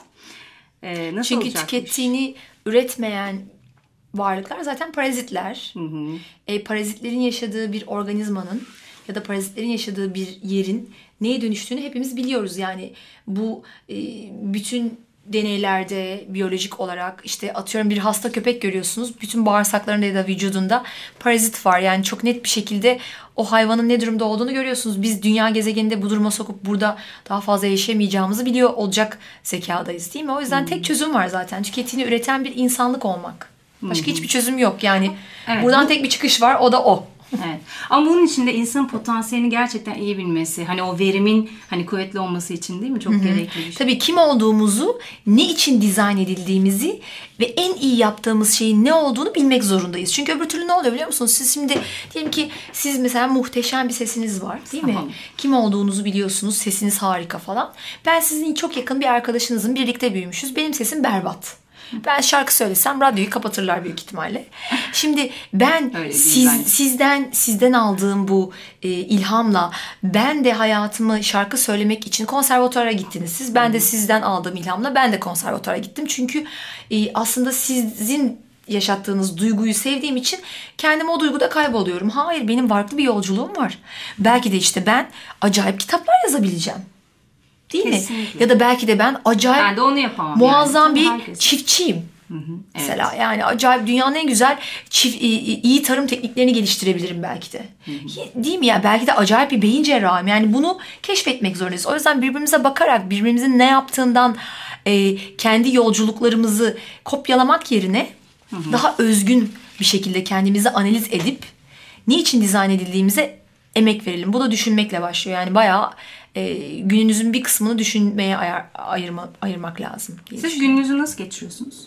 E, nasıl Çünkü olacakmış? tükettiğini üretmeyen varlıklar zaten parazitler. Hı hı. E, parazitlerin yaşadığı bir organizmanın ya da parazitlerin yaşadığı bir yerin neye dönüştüğünü hepimiz biliyoruz. Yani bu e, bütün deneylerde biyolojik olarak işte atıyorum bir hasta köpek görüyorsunuz. Bütün bağırsaklarında ya da vücudunda parazit var. Yani çok net bir şekilde o hayvanın ne durumda olduğunu görüyorsunuz. Biz dünya gezegeninde bu duruma sokup burada daha fazla yaşayamayacağımızı biliyor olacak zekadayız değil mi? O yüzden tek çözüm var zaten. Tüketini üreten bir insanlık olmak. Başka hiçbir çözüm yok. Yani Evet. buradan tek bir çıkış var. O da o. Evet. Ama bunun için de insanın potansiyelini gerçekten iyi bilmesi, hani o verimin hani kuvvetli olması için değil mi? Çok gerekli bir şey. Tabii kim olduğumuzu, ne için dizayn edildiğimizi ve en iyi yaptığımız şeyin ne olduğunu bilmek zorundayız. Çünkü öbür türlü ne oluyor biliyor musunuz? Siz şimdi diyelim ki siz mesela muhteşem bir sesiniz var değil mi? Tamam. Kim olduğunuzu biliyorsunuz, sesiniz harika falan. Ben sizin çok yakın bir arkadaşınızın, birlikte büyümüşüz. Benim sesim berbat. Ben şarkı söylesem radyoyu kapatırlar büyük ihtimalle. Şimdi ben Öyle değil siz, bence. sizden sizden aldığım bu e, ilhamla ben de hayatımı şarkı söylemek için konservatuvara gittiniz siz. Ben de sizden aldığım ilhamla ben de konservatuvara gittim. Çünkü e, aslında sizin yaşattığınız duyguyu sevdiğim için kendimi o duyguda kayboluyorum. Hayır, benim farklı bir yolculuğum var. Belki de işte ben acayip kitaplar yazabileceğim. Değil Kesinlikle. mi? Ya da belki de ben acayip Ben de onu yapamam. muazzam yani. bir Herkes. çiftçiyim. Evet. Mesela yani acayip dünyanın en güzel çift, iyi, iyi tarım tekniklerini geliştirebilirim belki de. Değil mi ya? Belki de acayip bir beyin cerrahıyım. Yani bunu keşfetmek zorundayız. O yüzden birbirimize bakarak birbirimizin ne yaptığından e, kendi yolculuklarımızı kopyalamak yerine daha özgün bir şekilde kendimizi analiz edip niçin dizayn edildiğimize emek verelim. Bu da düşünmekle başlıyor. Yani bayağı e, gününüzün bir kısmını düşünmeye ayar, ayırma, ayırmak lazım diye Siz düşünüyorum. gününüzü nasıl geçiriyorsunuz?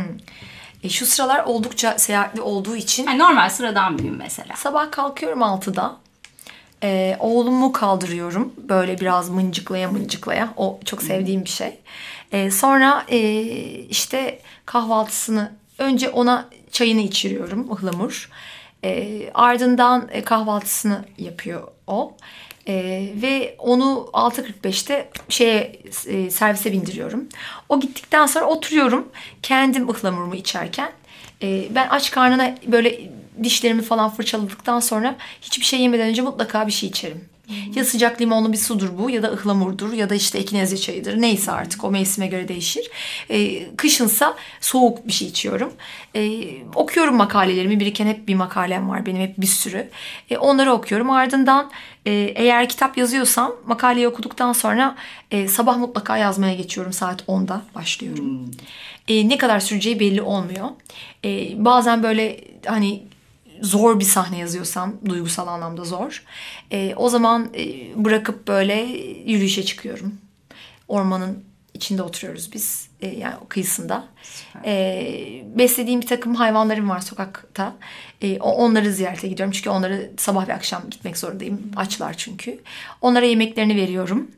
E, şu sıralar oldukça seyahatli olduğu için Yani normal sıradan bir gün mesela. sabah kalkıyorum altıda. E, oğlumu kaldırıyorum. Böyle biraz mıncıklaya mıncıklaya. O çok sevdiğim bir şey. E, sonra e, işte kahvaltısını önce ona çayını içiriyorum. Ihlamur. E, ardından e, kahvaltısını yapıyor o. E, ve onu altı kırk beşte şeye e, servise bindiriyorum. O gittikten sonra oturuyorum kendim ıhlamurumu içerken. E, ben aç karnına böyle dişlerimi falan fırçaladıktan sonra hiçbir şey yemeden önce mutlaka bir şey içerim. Ya sıcak limonlu bir sudur bu ya da ıhlamurdur ya da işte ekinezya çayıdır. Neyse artık o mevsime göre değişir. Ee, kışınsa soğuk bir şey içiyorum. Ee, okuyorum makalelerimi. Biriken hep bir makalem var benim, hep bir sürü. Ee, onları okuyorum. Ardından e, eğer kitap yazıyorsam makaleyi okuduktan sonra e, sabah mutlaka yazmaya geçiyorum. Saat onda başlıyorum. Ee, ne kadar süreceği belli olmuyor. Ee, bazen böyle hani zor bir sahne yazıyorsam, duygusal anlamda zor. E, o zaman e, bırakıp böyle yürüyüşe çıkıyorum. Ormanın içinde oturuyoruz biz. E, yani o kıyısında. E, beslediğim bir takım hayvanlarım var sokakta. E, onları ziyarete gidiyorum. Çünkü onları sabah ve akşam gitmek zorundayım. Açlar çünkü. Onlara yemeklerini veriyorum.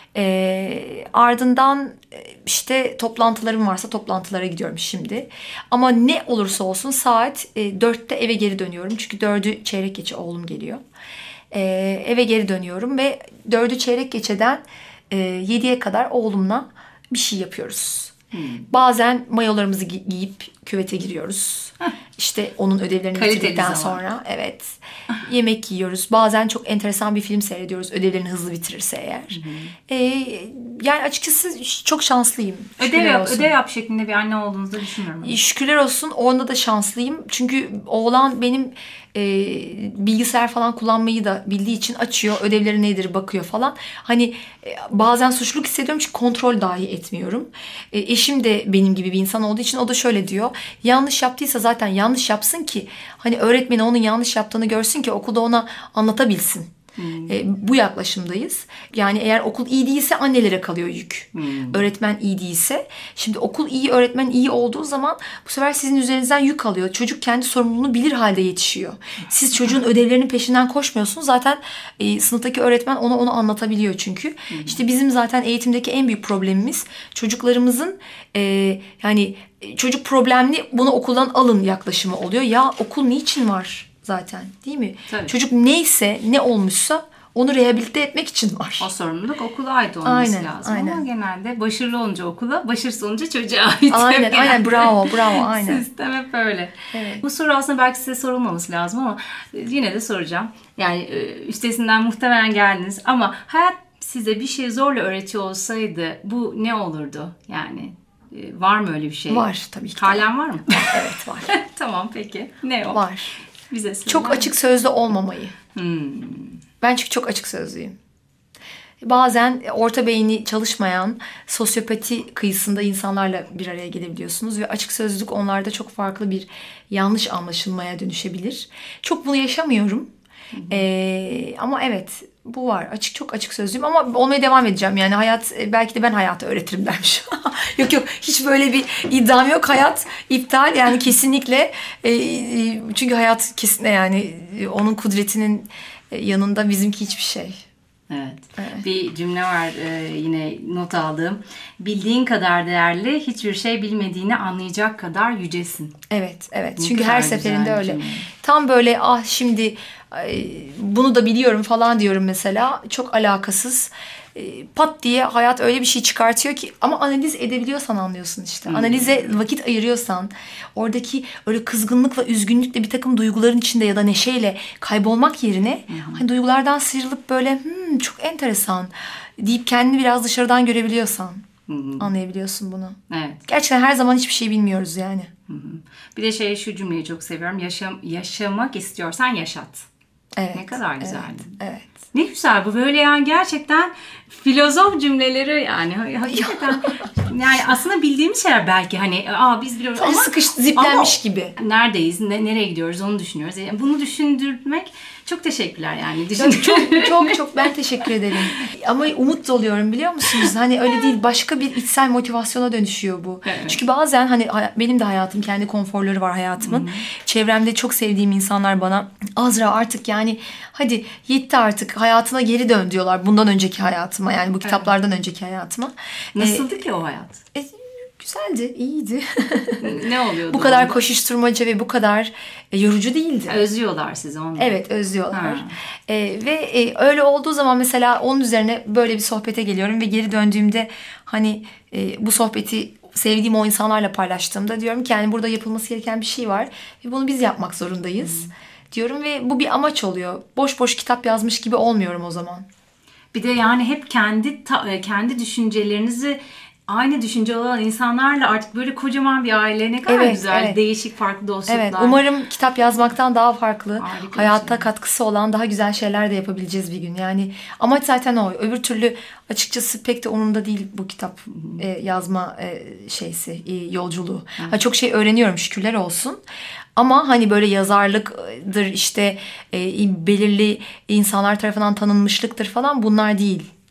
E, ardından işte toplantılarım varsa toplantılara gidiyorum şimdi. Ama ne olursa olsun saat e, dörtte eve geri dönüyorum. Çünkü dördü çeyrek geçe oğlum geliyor. E, eve geri dönüyorum ve dördü çeyrek geçeden e, yediye kadar oğlumla bir şey yapıyoruz. Hmm. Bazen mayolarımızı gi- giyip küvete giriyoruz. Heh. İşte onun ödevlerini Kaliteli bitirdikten zaman. sonra evet yemek yiyoruz. Bazen çok enteresan bir film seyrediyoruz. Ödevlerini hızlı bitirirse eğer. Ee, yani açıkçası çok şanslıyım. Ödev yap, ödev yap şeklinde bir anne olduğunuzu da düşünmüyorum. Şükürler olsun. Onda da şanslıyım. Çünkü oğlan benim e, bilgisayar falan kullanmayı da bildiği için açıyor. Ödevleri nedir bakıyor falan. Hani e, bazen suçluluk hissediyorum çünkü kontrol dahi etmiyorum. E, eşim de benim gibi bir insan olduğu için o da şöyle diyor. Yanlış yaptıysa zaten yanlış yapsın ki hani öğretmeni onun yanlış yaptığını görsün ki okulda ona anlatabilsin. Hmm. E, bu yaklaşımdayız. Yani eğer okul iyi değilse annelere kalıyor yük. Hmm. Öğretmen iyi değilse. Şimdi okul iyi, öğretmen iyi olduğu zaman bu sefer sizin üzerinizden yük alıyor. Çocuk kendi sorumluluğunu bilir halde yetişiyor. Siz çocuğun ödevlerinin peşinden koşmuyorsunuz. Zaten e, sınıftaki öğretmen ona onu anlatabiliyor çünkü. Hmm. İşte bizim zaten eğitimdeki en büyük problemimiz çocuklarımızın e, yani çocuk problemli bunu okuldan alın yaklaşımı oluyor. Ya okul niçin var? Zaten değil mi? Tabii. Çocuk neyse ne olmuşsa onu rehabilite etmek için var. O sorumluluk okula ait olması aynen, lazım. Aynen. Ama genelde başarılı olunca okula, başarısız olunca çocuğa ait. Aynen, aynen bravo, bravo, aynen. Sistem hep öyle. Evet. Bu soru aslında belki size sorulmaması lazım ama yine de soracağım. Yani üstesinden muhtemelen geldiniz ama hayat size bir şey zorla öğretiyor olsaydı bu ne olurdu? Yani var mı öyle bir şey? Var tabii ki. Halen var mı? Evet var. Tamam peki. Ne o? Var. Bize söyle. Çok açık sözlü olmamayı. Hmm. Ben çünkü çok açık sözlüyüm. Bazen orta beyni çalışmayan sosyopati kıyısında insanlarla bir araya gelebiliyorsunuz ve açık sözlülük onlarda çok farklı bir yanlış anlaşılmaya dönüşebilir. Çok bunu yaşamıyorum. Ee, ama evet bu var. Açık çok açık sözlüyüm ama olmaya devam edeceğim. Yani hayat belki de ben hayatı öğretirim dermiş. Yok yok hiç böyle bir iddiam yok. Hayat iptal yani kesinlikle. Ee, çünkü hayat kesinlikle yani onun kudretinin yanında bizimki hiçbir şey. Evet. evet. Bir cümle var e, yine not aldığım. Bildiğin kadar değerli, hiçbir şey bilmediğini anlayacak kadar yücesin. Evet, evet. Ne çünkü her seferinde öyle. Cümle. Tam böyle ah şimdi bunu da biliyorum falan diyorum mesela. Çok alakasız. Pat diye hayat öyle bir şey çıkartıyor ki ama analiz edebiliyorsan anlıyorsun işte. Hmm. Analize vakit ayırıyorsan oradaki öyle kızgınlıkla, üzgünlükle bir takım duyguların içinde ya da neşeyle kaybolmak yerine hmm. hani duygulardan sıyrılıp böyle hmm, çok enteresan deyip kendini biraz dışarıdan görebiliyorsan hmm. anlayabiliyorsun bunu. Evet. Gerçekten her zaman hiçbir şey bilmiyoruz yani. Hmm. Bir de şey şu cümleyi çok seviyorum. Yaşam, yaşamak istiyorsan yaşat. Evet, ne kadar güzeldi. Evet, evet. Ne güzel bu böyle yani gerçekten filozof cümleleri yani hakikaten yani aslında bildiğimiz şeyler belki hani aa biz biliyoruz ama sıkış ziplenmiş ama gibi. Neredeyiz, ne, nereye gidiyoruz onu düşünüyoruz. Yani bunu düşündürmek çok teşekkürler yani. Düşün- çok çok çok ben teşekkür ederim. Ama umut doluyorum biliyor musunuz? Hani öyle değil başka bir içsel motivasyona dönüşüyor bu. Evet. Çünkü bazen hani benim de hayatım kendi konforları var hayatımın. Hı-hı. Çevremde çok sevdiğim insanlar bana Azra artık yani hadi yetti artık hayatına geri dön diyorlar. Bundan önceki hayatıma yani bu kitaplardan evet. önceki hayatıma. Nasıldı ee, ki o hayat? E, güzeldi, iyiydi. Ne oluyordu? Bu kadar onda? Koşuşturmaca ve bu kadar e, yorucu değildi. Özlüyorlar sizi ondan. Evet, özlüyorlar. E, ve e, öyle olduğu zaman mesela onun üzerine böyle bir sohbete geliyorum ve geri döndüğümde hani e, bu sohbeti sevdiğim o insanlarla paylaştığımda diyorum ki yani burada yapılması gereken bir şey var ve bunu biz yapmak zorundayız. Hmm. diyorum ve bu bir amaç oluyor. Boş boş kitap yazmış gibi olmuyorum o zaman. Bir de yani hep kendi ta, kendi düşüncelerinizi aynı düşünce olan insanlarla artık böyle kocaman bir aile ne kadar evet, güzel, evet. değişik, farklı dostluklar. Evet, umarım kitap yazmaktan daha farklı, harika hayatta şey. katkısı olan daha güzel şeyler de yapabileceğiz bir gün. Yani amaç zaten o. Öbür türlü açıkçası pek de umurumda değil bu kitap e, yazma e, şeysi, e, yolculuğu. Ha, çok şey öğreniyorum şükürler olsun. Ama hani böyle yazarlıktır işte e, belirli insanlar tarafından tanınmışlıktır falan bunlar değil.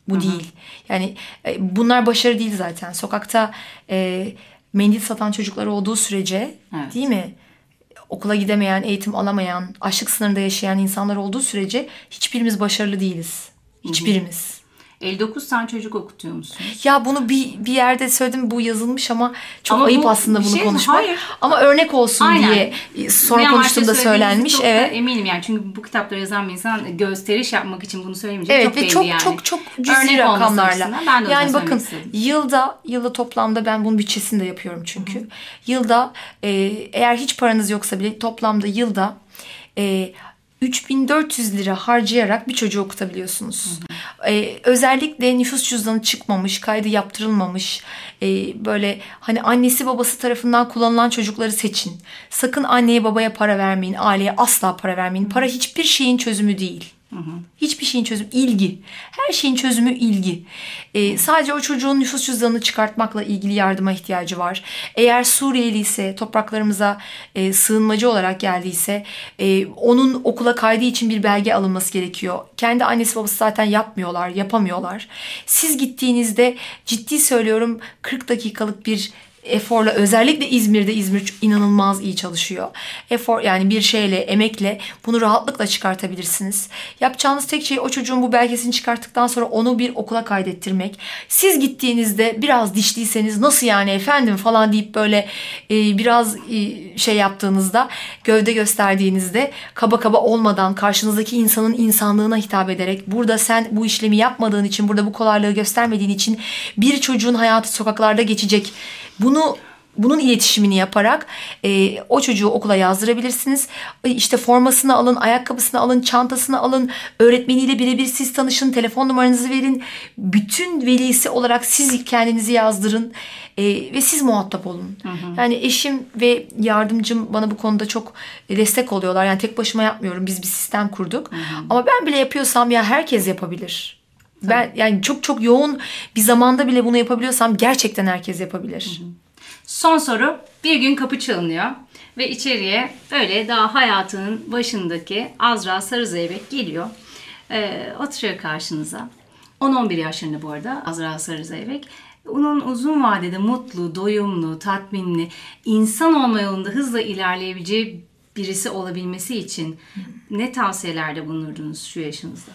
Bu değil. Yani e, bunlar başarı değil zaten. Sokakta e, mendil satan çocuklar olduğu sürece, Evet. değil mi? Okula gidemeyen, eğitim alamayan, açlık sınırında yaşayan insanlar olduğu sürece hiçbirimiz başarılı değiliz. Hiçbirimiz. elli dokuz tane çocuk okutuyor musunuz? Ya bunu bir bir yerde söyledim, bu yazılmış ama çok Ama ayıp bu aslında bir bunu şey- konuşmak. hayır. Ama örnek olsun Aynen. diye sonra Ne amaçla konuştuğumda söylediğinizi söylenmiş. çok da Evet. eminim yani. Çünkü bu kitapları yazan bir insan gösteriş yapmak için bunu söylemeyecek. Evet çok ve belli çok yani. çok çok cüzi Örnek olması rakamlarla. açısından ben de o yüzden Yani söylemek bakın istedim. yılda yılda toplamda ben bunun bütçesini de yapıyorum çünkü. Yılda e, eğer hiç paranız yoksa bile toplamda yılda e, üç bin dört yüz lira harcayarak bir çocuğu okutabiliyorsunuz. Ee, özellikle nüfus cüzdanı çıkmamış, kaydı yaptırılmamış, e, böyle hani annesi babası tarafından kullanılan çocukları seçin. Sakın anneye babaya para vermeyin, aileye asla para vermeyin. Para hiçbir şeyin çözümü değil. Hiçbir şeyin çözümü ilgi. Her şeyin çözümü ilgi. Ee, sadece o çocuğun nüfus cüzdanını çıkartmakla ilgili yardıma ihtiyacı var. Eğer Suriyeli ise, topraklarımıza e, sığınmacı olarak geldiyse e, onun okula kaydı için bir belge alınması gerekiyor. Kendi annesi babası zaten yapmıyorlar, yapamıyorlar. Siz gittiğinizde ciddi söylüyorum kırk dakikalık bir eforla, özellikle İzmir'de, İzmir inanılmaz iyi çalışıyor. Efor yani bir şeyle, emekle bunu rahatlıkla çıkartabilirsiniz. Yapacağınız tek şey o çocuğun bu belgesini çıkarttıktan sonra onu bir okula kaydettirmek. Siz gittiğinizde biraz dişliyseniz nasıl yani efendim falan deyip böyle e, biraz e, şey yaptığınızda, gövde gösterdiğinizde kaba kaba olmadan karşınızdaki insanın insanlığına hitap ederek, burada sen bu işlemi yapmadığın için, burada bu kolaylığı göstermediğin için bir çocuğun hayatı sokaklarda geçecek. Bunu bunun iletişimini yaparak e, o çocuğu okula yazdırabilirsiniz. E, İşte formasını alın, ayakkabısını alın, çantasını alın, öğretmeniyle birebir siz tanışın, telefon numaranızı verin. Bütün velisi olarak siz kendinizi yazdırın e, ve siz muhatap olun. Hı hı. Yani eşim ve yardımcım bana bu konuda çok destek oluyorlar. Yani tek başıma yapmıyorum. Biz bir sistem kurduk. Hı hı. Ama ben bile yapıyorsam ya herkes yapabilir. Ben yani çok çok yoğun bir zamanda bile bunu yapabiliyorsam gerçekten herkes yapabilir. Hı hı. Son soru. Bir gün kapı çalınıyor ve içeriye öyle daha hayatının başındaki Azra Sarızeybek geliyor. Ee, oturuyor karşınıza. on on bir yaşlarında bu arada Azra Sarızeybek. Onun uzun vadede mutlu, doyumlu, tatminli, insan olma yolunda hızla ilerleyebileceği birisi olabilmesi için ne tavsiyelerde bulunurdunuz şu yaşınızda?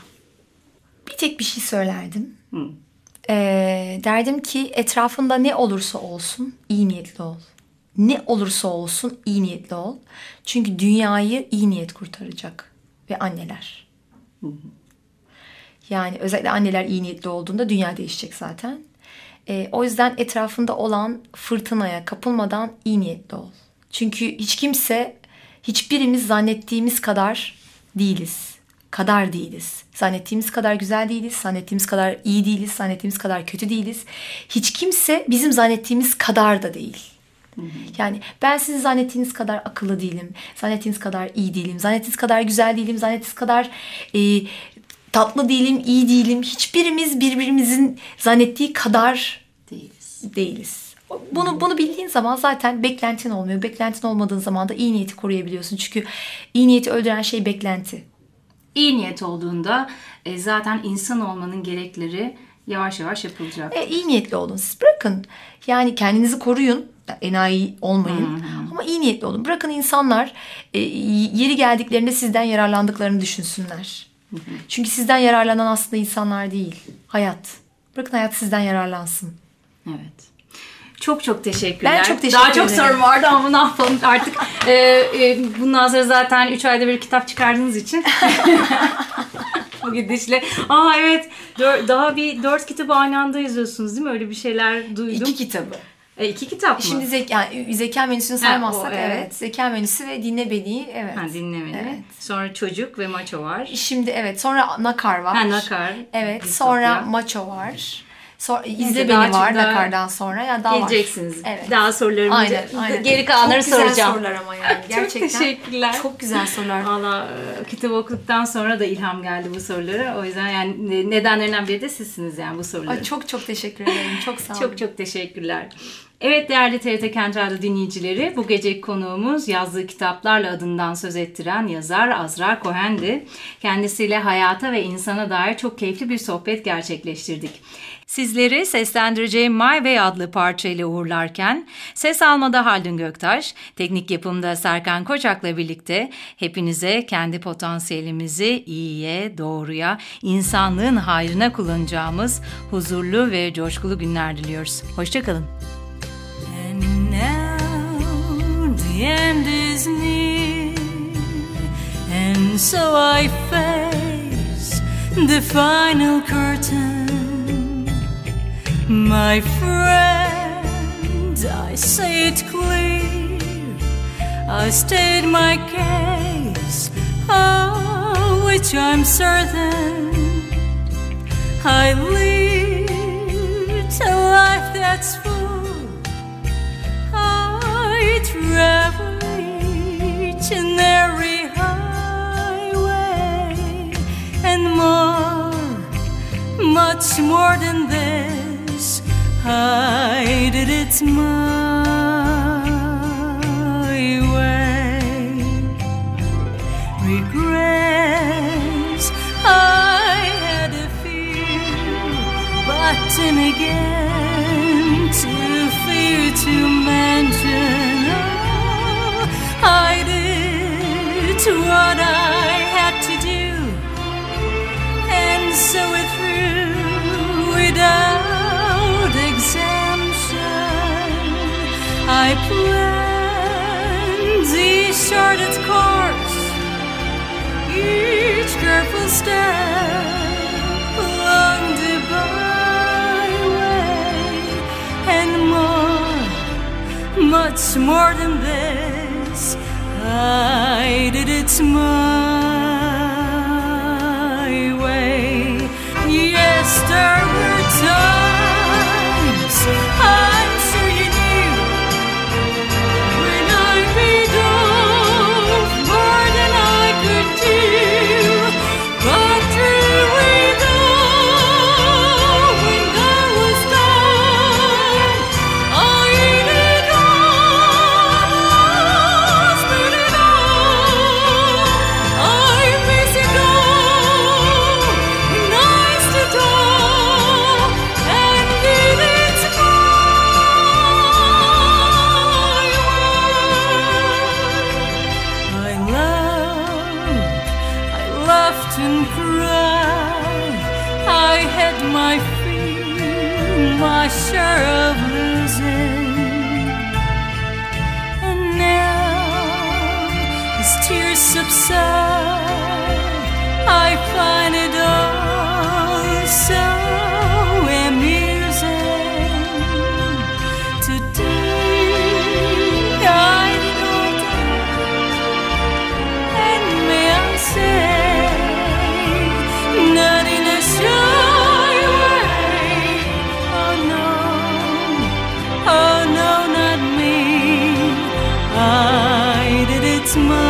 Bir tek bir şey söylerdim. Hı. Ee, derdim ki etrafında ne olursa olsun iyi niyetli ol. Ne olursa olsun iyi niyetli ol. Çünkü dünyayı iyi niyet kurtaracak. Ve anneler. Hı hı. Yani özellikle anneler iyi niyetli olduğunda dünya değişecek zaten. Ee, o yüzden etrafında olan fırtınaya kapılmadan iyi niyetli ol. Çünkü hiç kimse, hiçbirimiz zannettiğimiz kadar değiliz. Kadar değiliz. Zannettiğimiz kadar güzel değiliz. Zannettiğimiz kadar iyi değiliz. Zannettiğimiz kadar kötü değiliz. Hiç kimse bizim zannettiğimiz kadar da değil. Hı hı. Yani ben sizin zannettiğiniz kadar akıllı değilim. Zannettiğiniz kadar iyi değilim. Zannettiğiniz kadar güzel değilim. Zannettiğiniz kadar e, tatlı değilim, iyi değilim. Hiçbirimiz birbirimizin zannettiği kadar değiliz. değiliz. Bunu bunu bildiğin zaman zaten beklentin olmuyor. Beklentin olmadığın zaman da iyi niyeti koruyabiliyorsun. Çünkü iyi niyeti öldüren şey beklenti. İyi niyet olduğunda e, zaten insan olmanın gerekleri yavaş yavaş yapılacak. E, iyi niyetli olun. Siz bırakın. Yani kendinizi koruyun. Enayi olmayın. Hı hı. Ama iyi niyetli olun. Bırakın insanlar e, yeri geldiklerinde sizden yararlandıklarını düşünsünler. Hı hı. Çünkü sizden yararlanan aslında insanlar değil. Hayat. Bırakın hayat sizden yararlansın. Evet. Çok çok teşekkürler. Ben çok teşekkür Daha ederim. çok sorum vardı ama ne yapalım artık. e, e, bundan sonra zaten üç ayda bir kitap çıkardığınız için. Bu gidişle. Aa evet. Dör, daha bir dört kitabı aynı anda yazıyorsunuz değil mi? Öyle bir şeyler duydum. İki kitabı. E, iki kitap mı? Şimdi zeka, yani zeka menüsünü saymazsak Ha, o, evet. evet. Zeka menüsü ve dinle beni. Evet. Ha, dinle beni. Evet. Sonra çocuk ve maço var. Şimdi evet. Sonra Nakar var. Ha, Nakar. Evet. Distopya. Sonra Maço var. Sonra izle daha beni var çok daha Nakar'dan sonra. Yani daha geleceksiniz. var. Evet. Daha sorularımı Aynen, aynen. geri kalanları çok soracağım. Çok güzel sorular ama yani. Gerçekten. Çok teşekkürler. Çok güzel sorular. Valla kitabı okuduktan sonra da ilham geldi bu sorulara. O yüzden yani nedenlerinden biri de sizsiniz yani bu soruları. Ay, çok çok teşekkür ederim. Çok sağ olun. Çok çok teşekkürler. Evet değerli T R T Kent Radyo dinleyicileri, bu geceki konuğumuz yazdığı kitaplarla adından söz ettiren yazar Azra Cohen'di. Kendisiyle hayata ve insana dair çok keyifli bir sohbet gerçekleştirdik. Sizleri seslendireceğim My Way adlı parçayla uğurlarken, ses almada Haldun Göktaş, teknik yapımda Serkan Koçak'la birlikte hepinize kendi potansiyelimizi iyiye, doğruya, insanlığın hayrına kullanacağımız huzurlu ve coşkulu günler diliyoruz. Hoşçakalın. And now the end is near, and so I face the final curtain. My friend, I say it clear, I state my case, of which I'm certain. I lead a life that's full, I travel each and every highway, and more, much more than this, I did it my way. Regrets I had a few, but then again too few to mention. Oh, I did what I had to do, and so it through without I planned the shortest course, each careful step along the byway, and more, much more than this, I did it my way. Yes, there were times I'm sure you knew when I made off more than I could do, but through it all, when that was done, I ate it all, spit it all, I miss it all, and I stood tall and did it my way. I loved, I laughed and cried, I had my fill, my share of losing, and now as tears subside, I find it all so amusing. Today I did all that, and may I say, not in a shy way. Oh no, oh no, not me. I did it my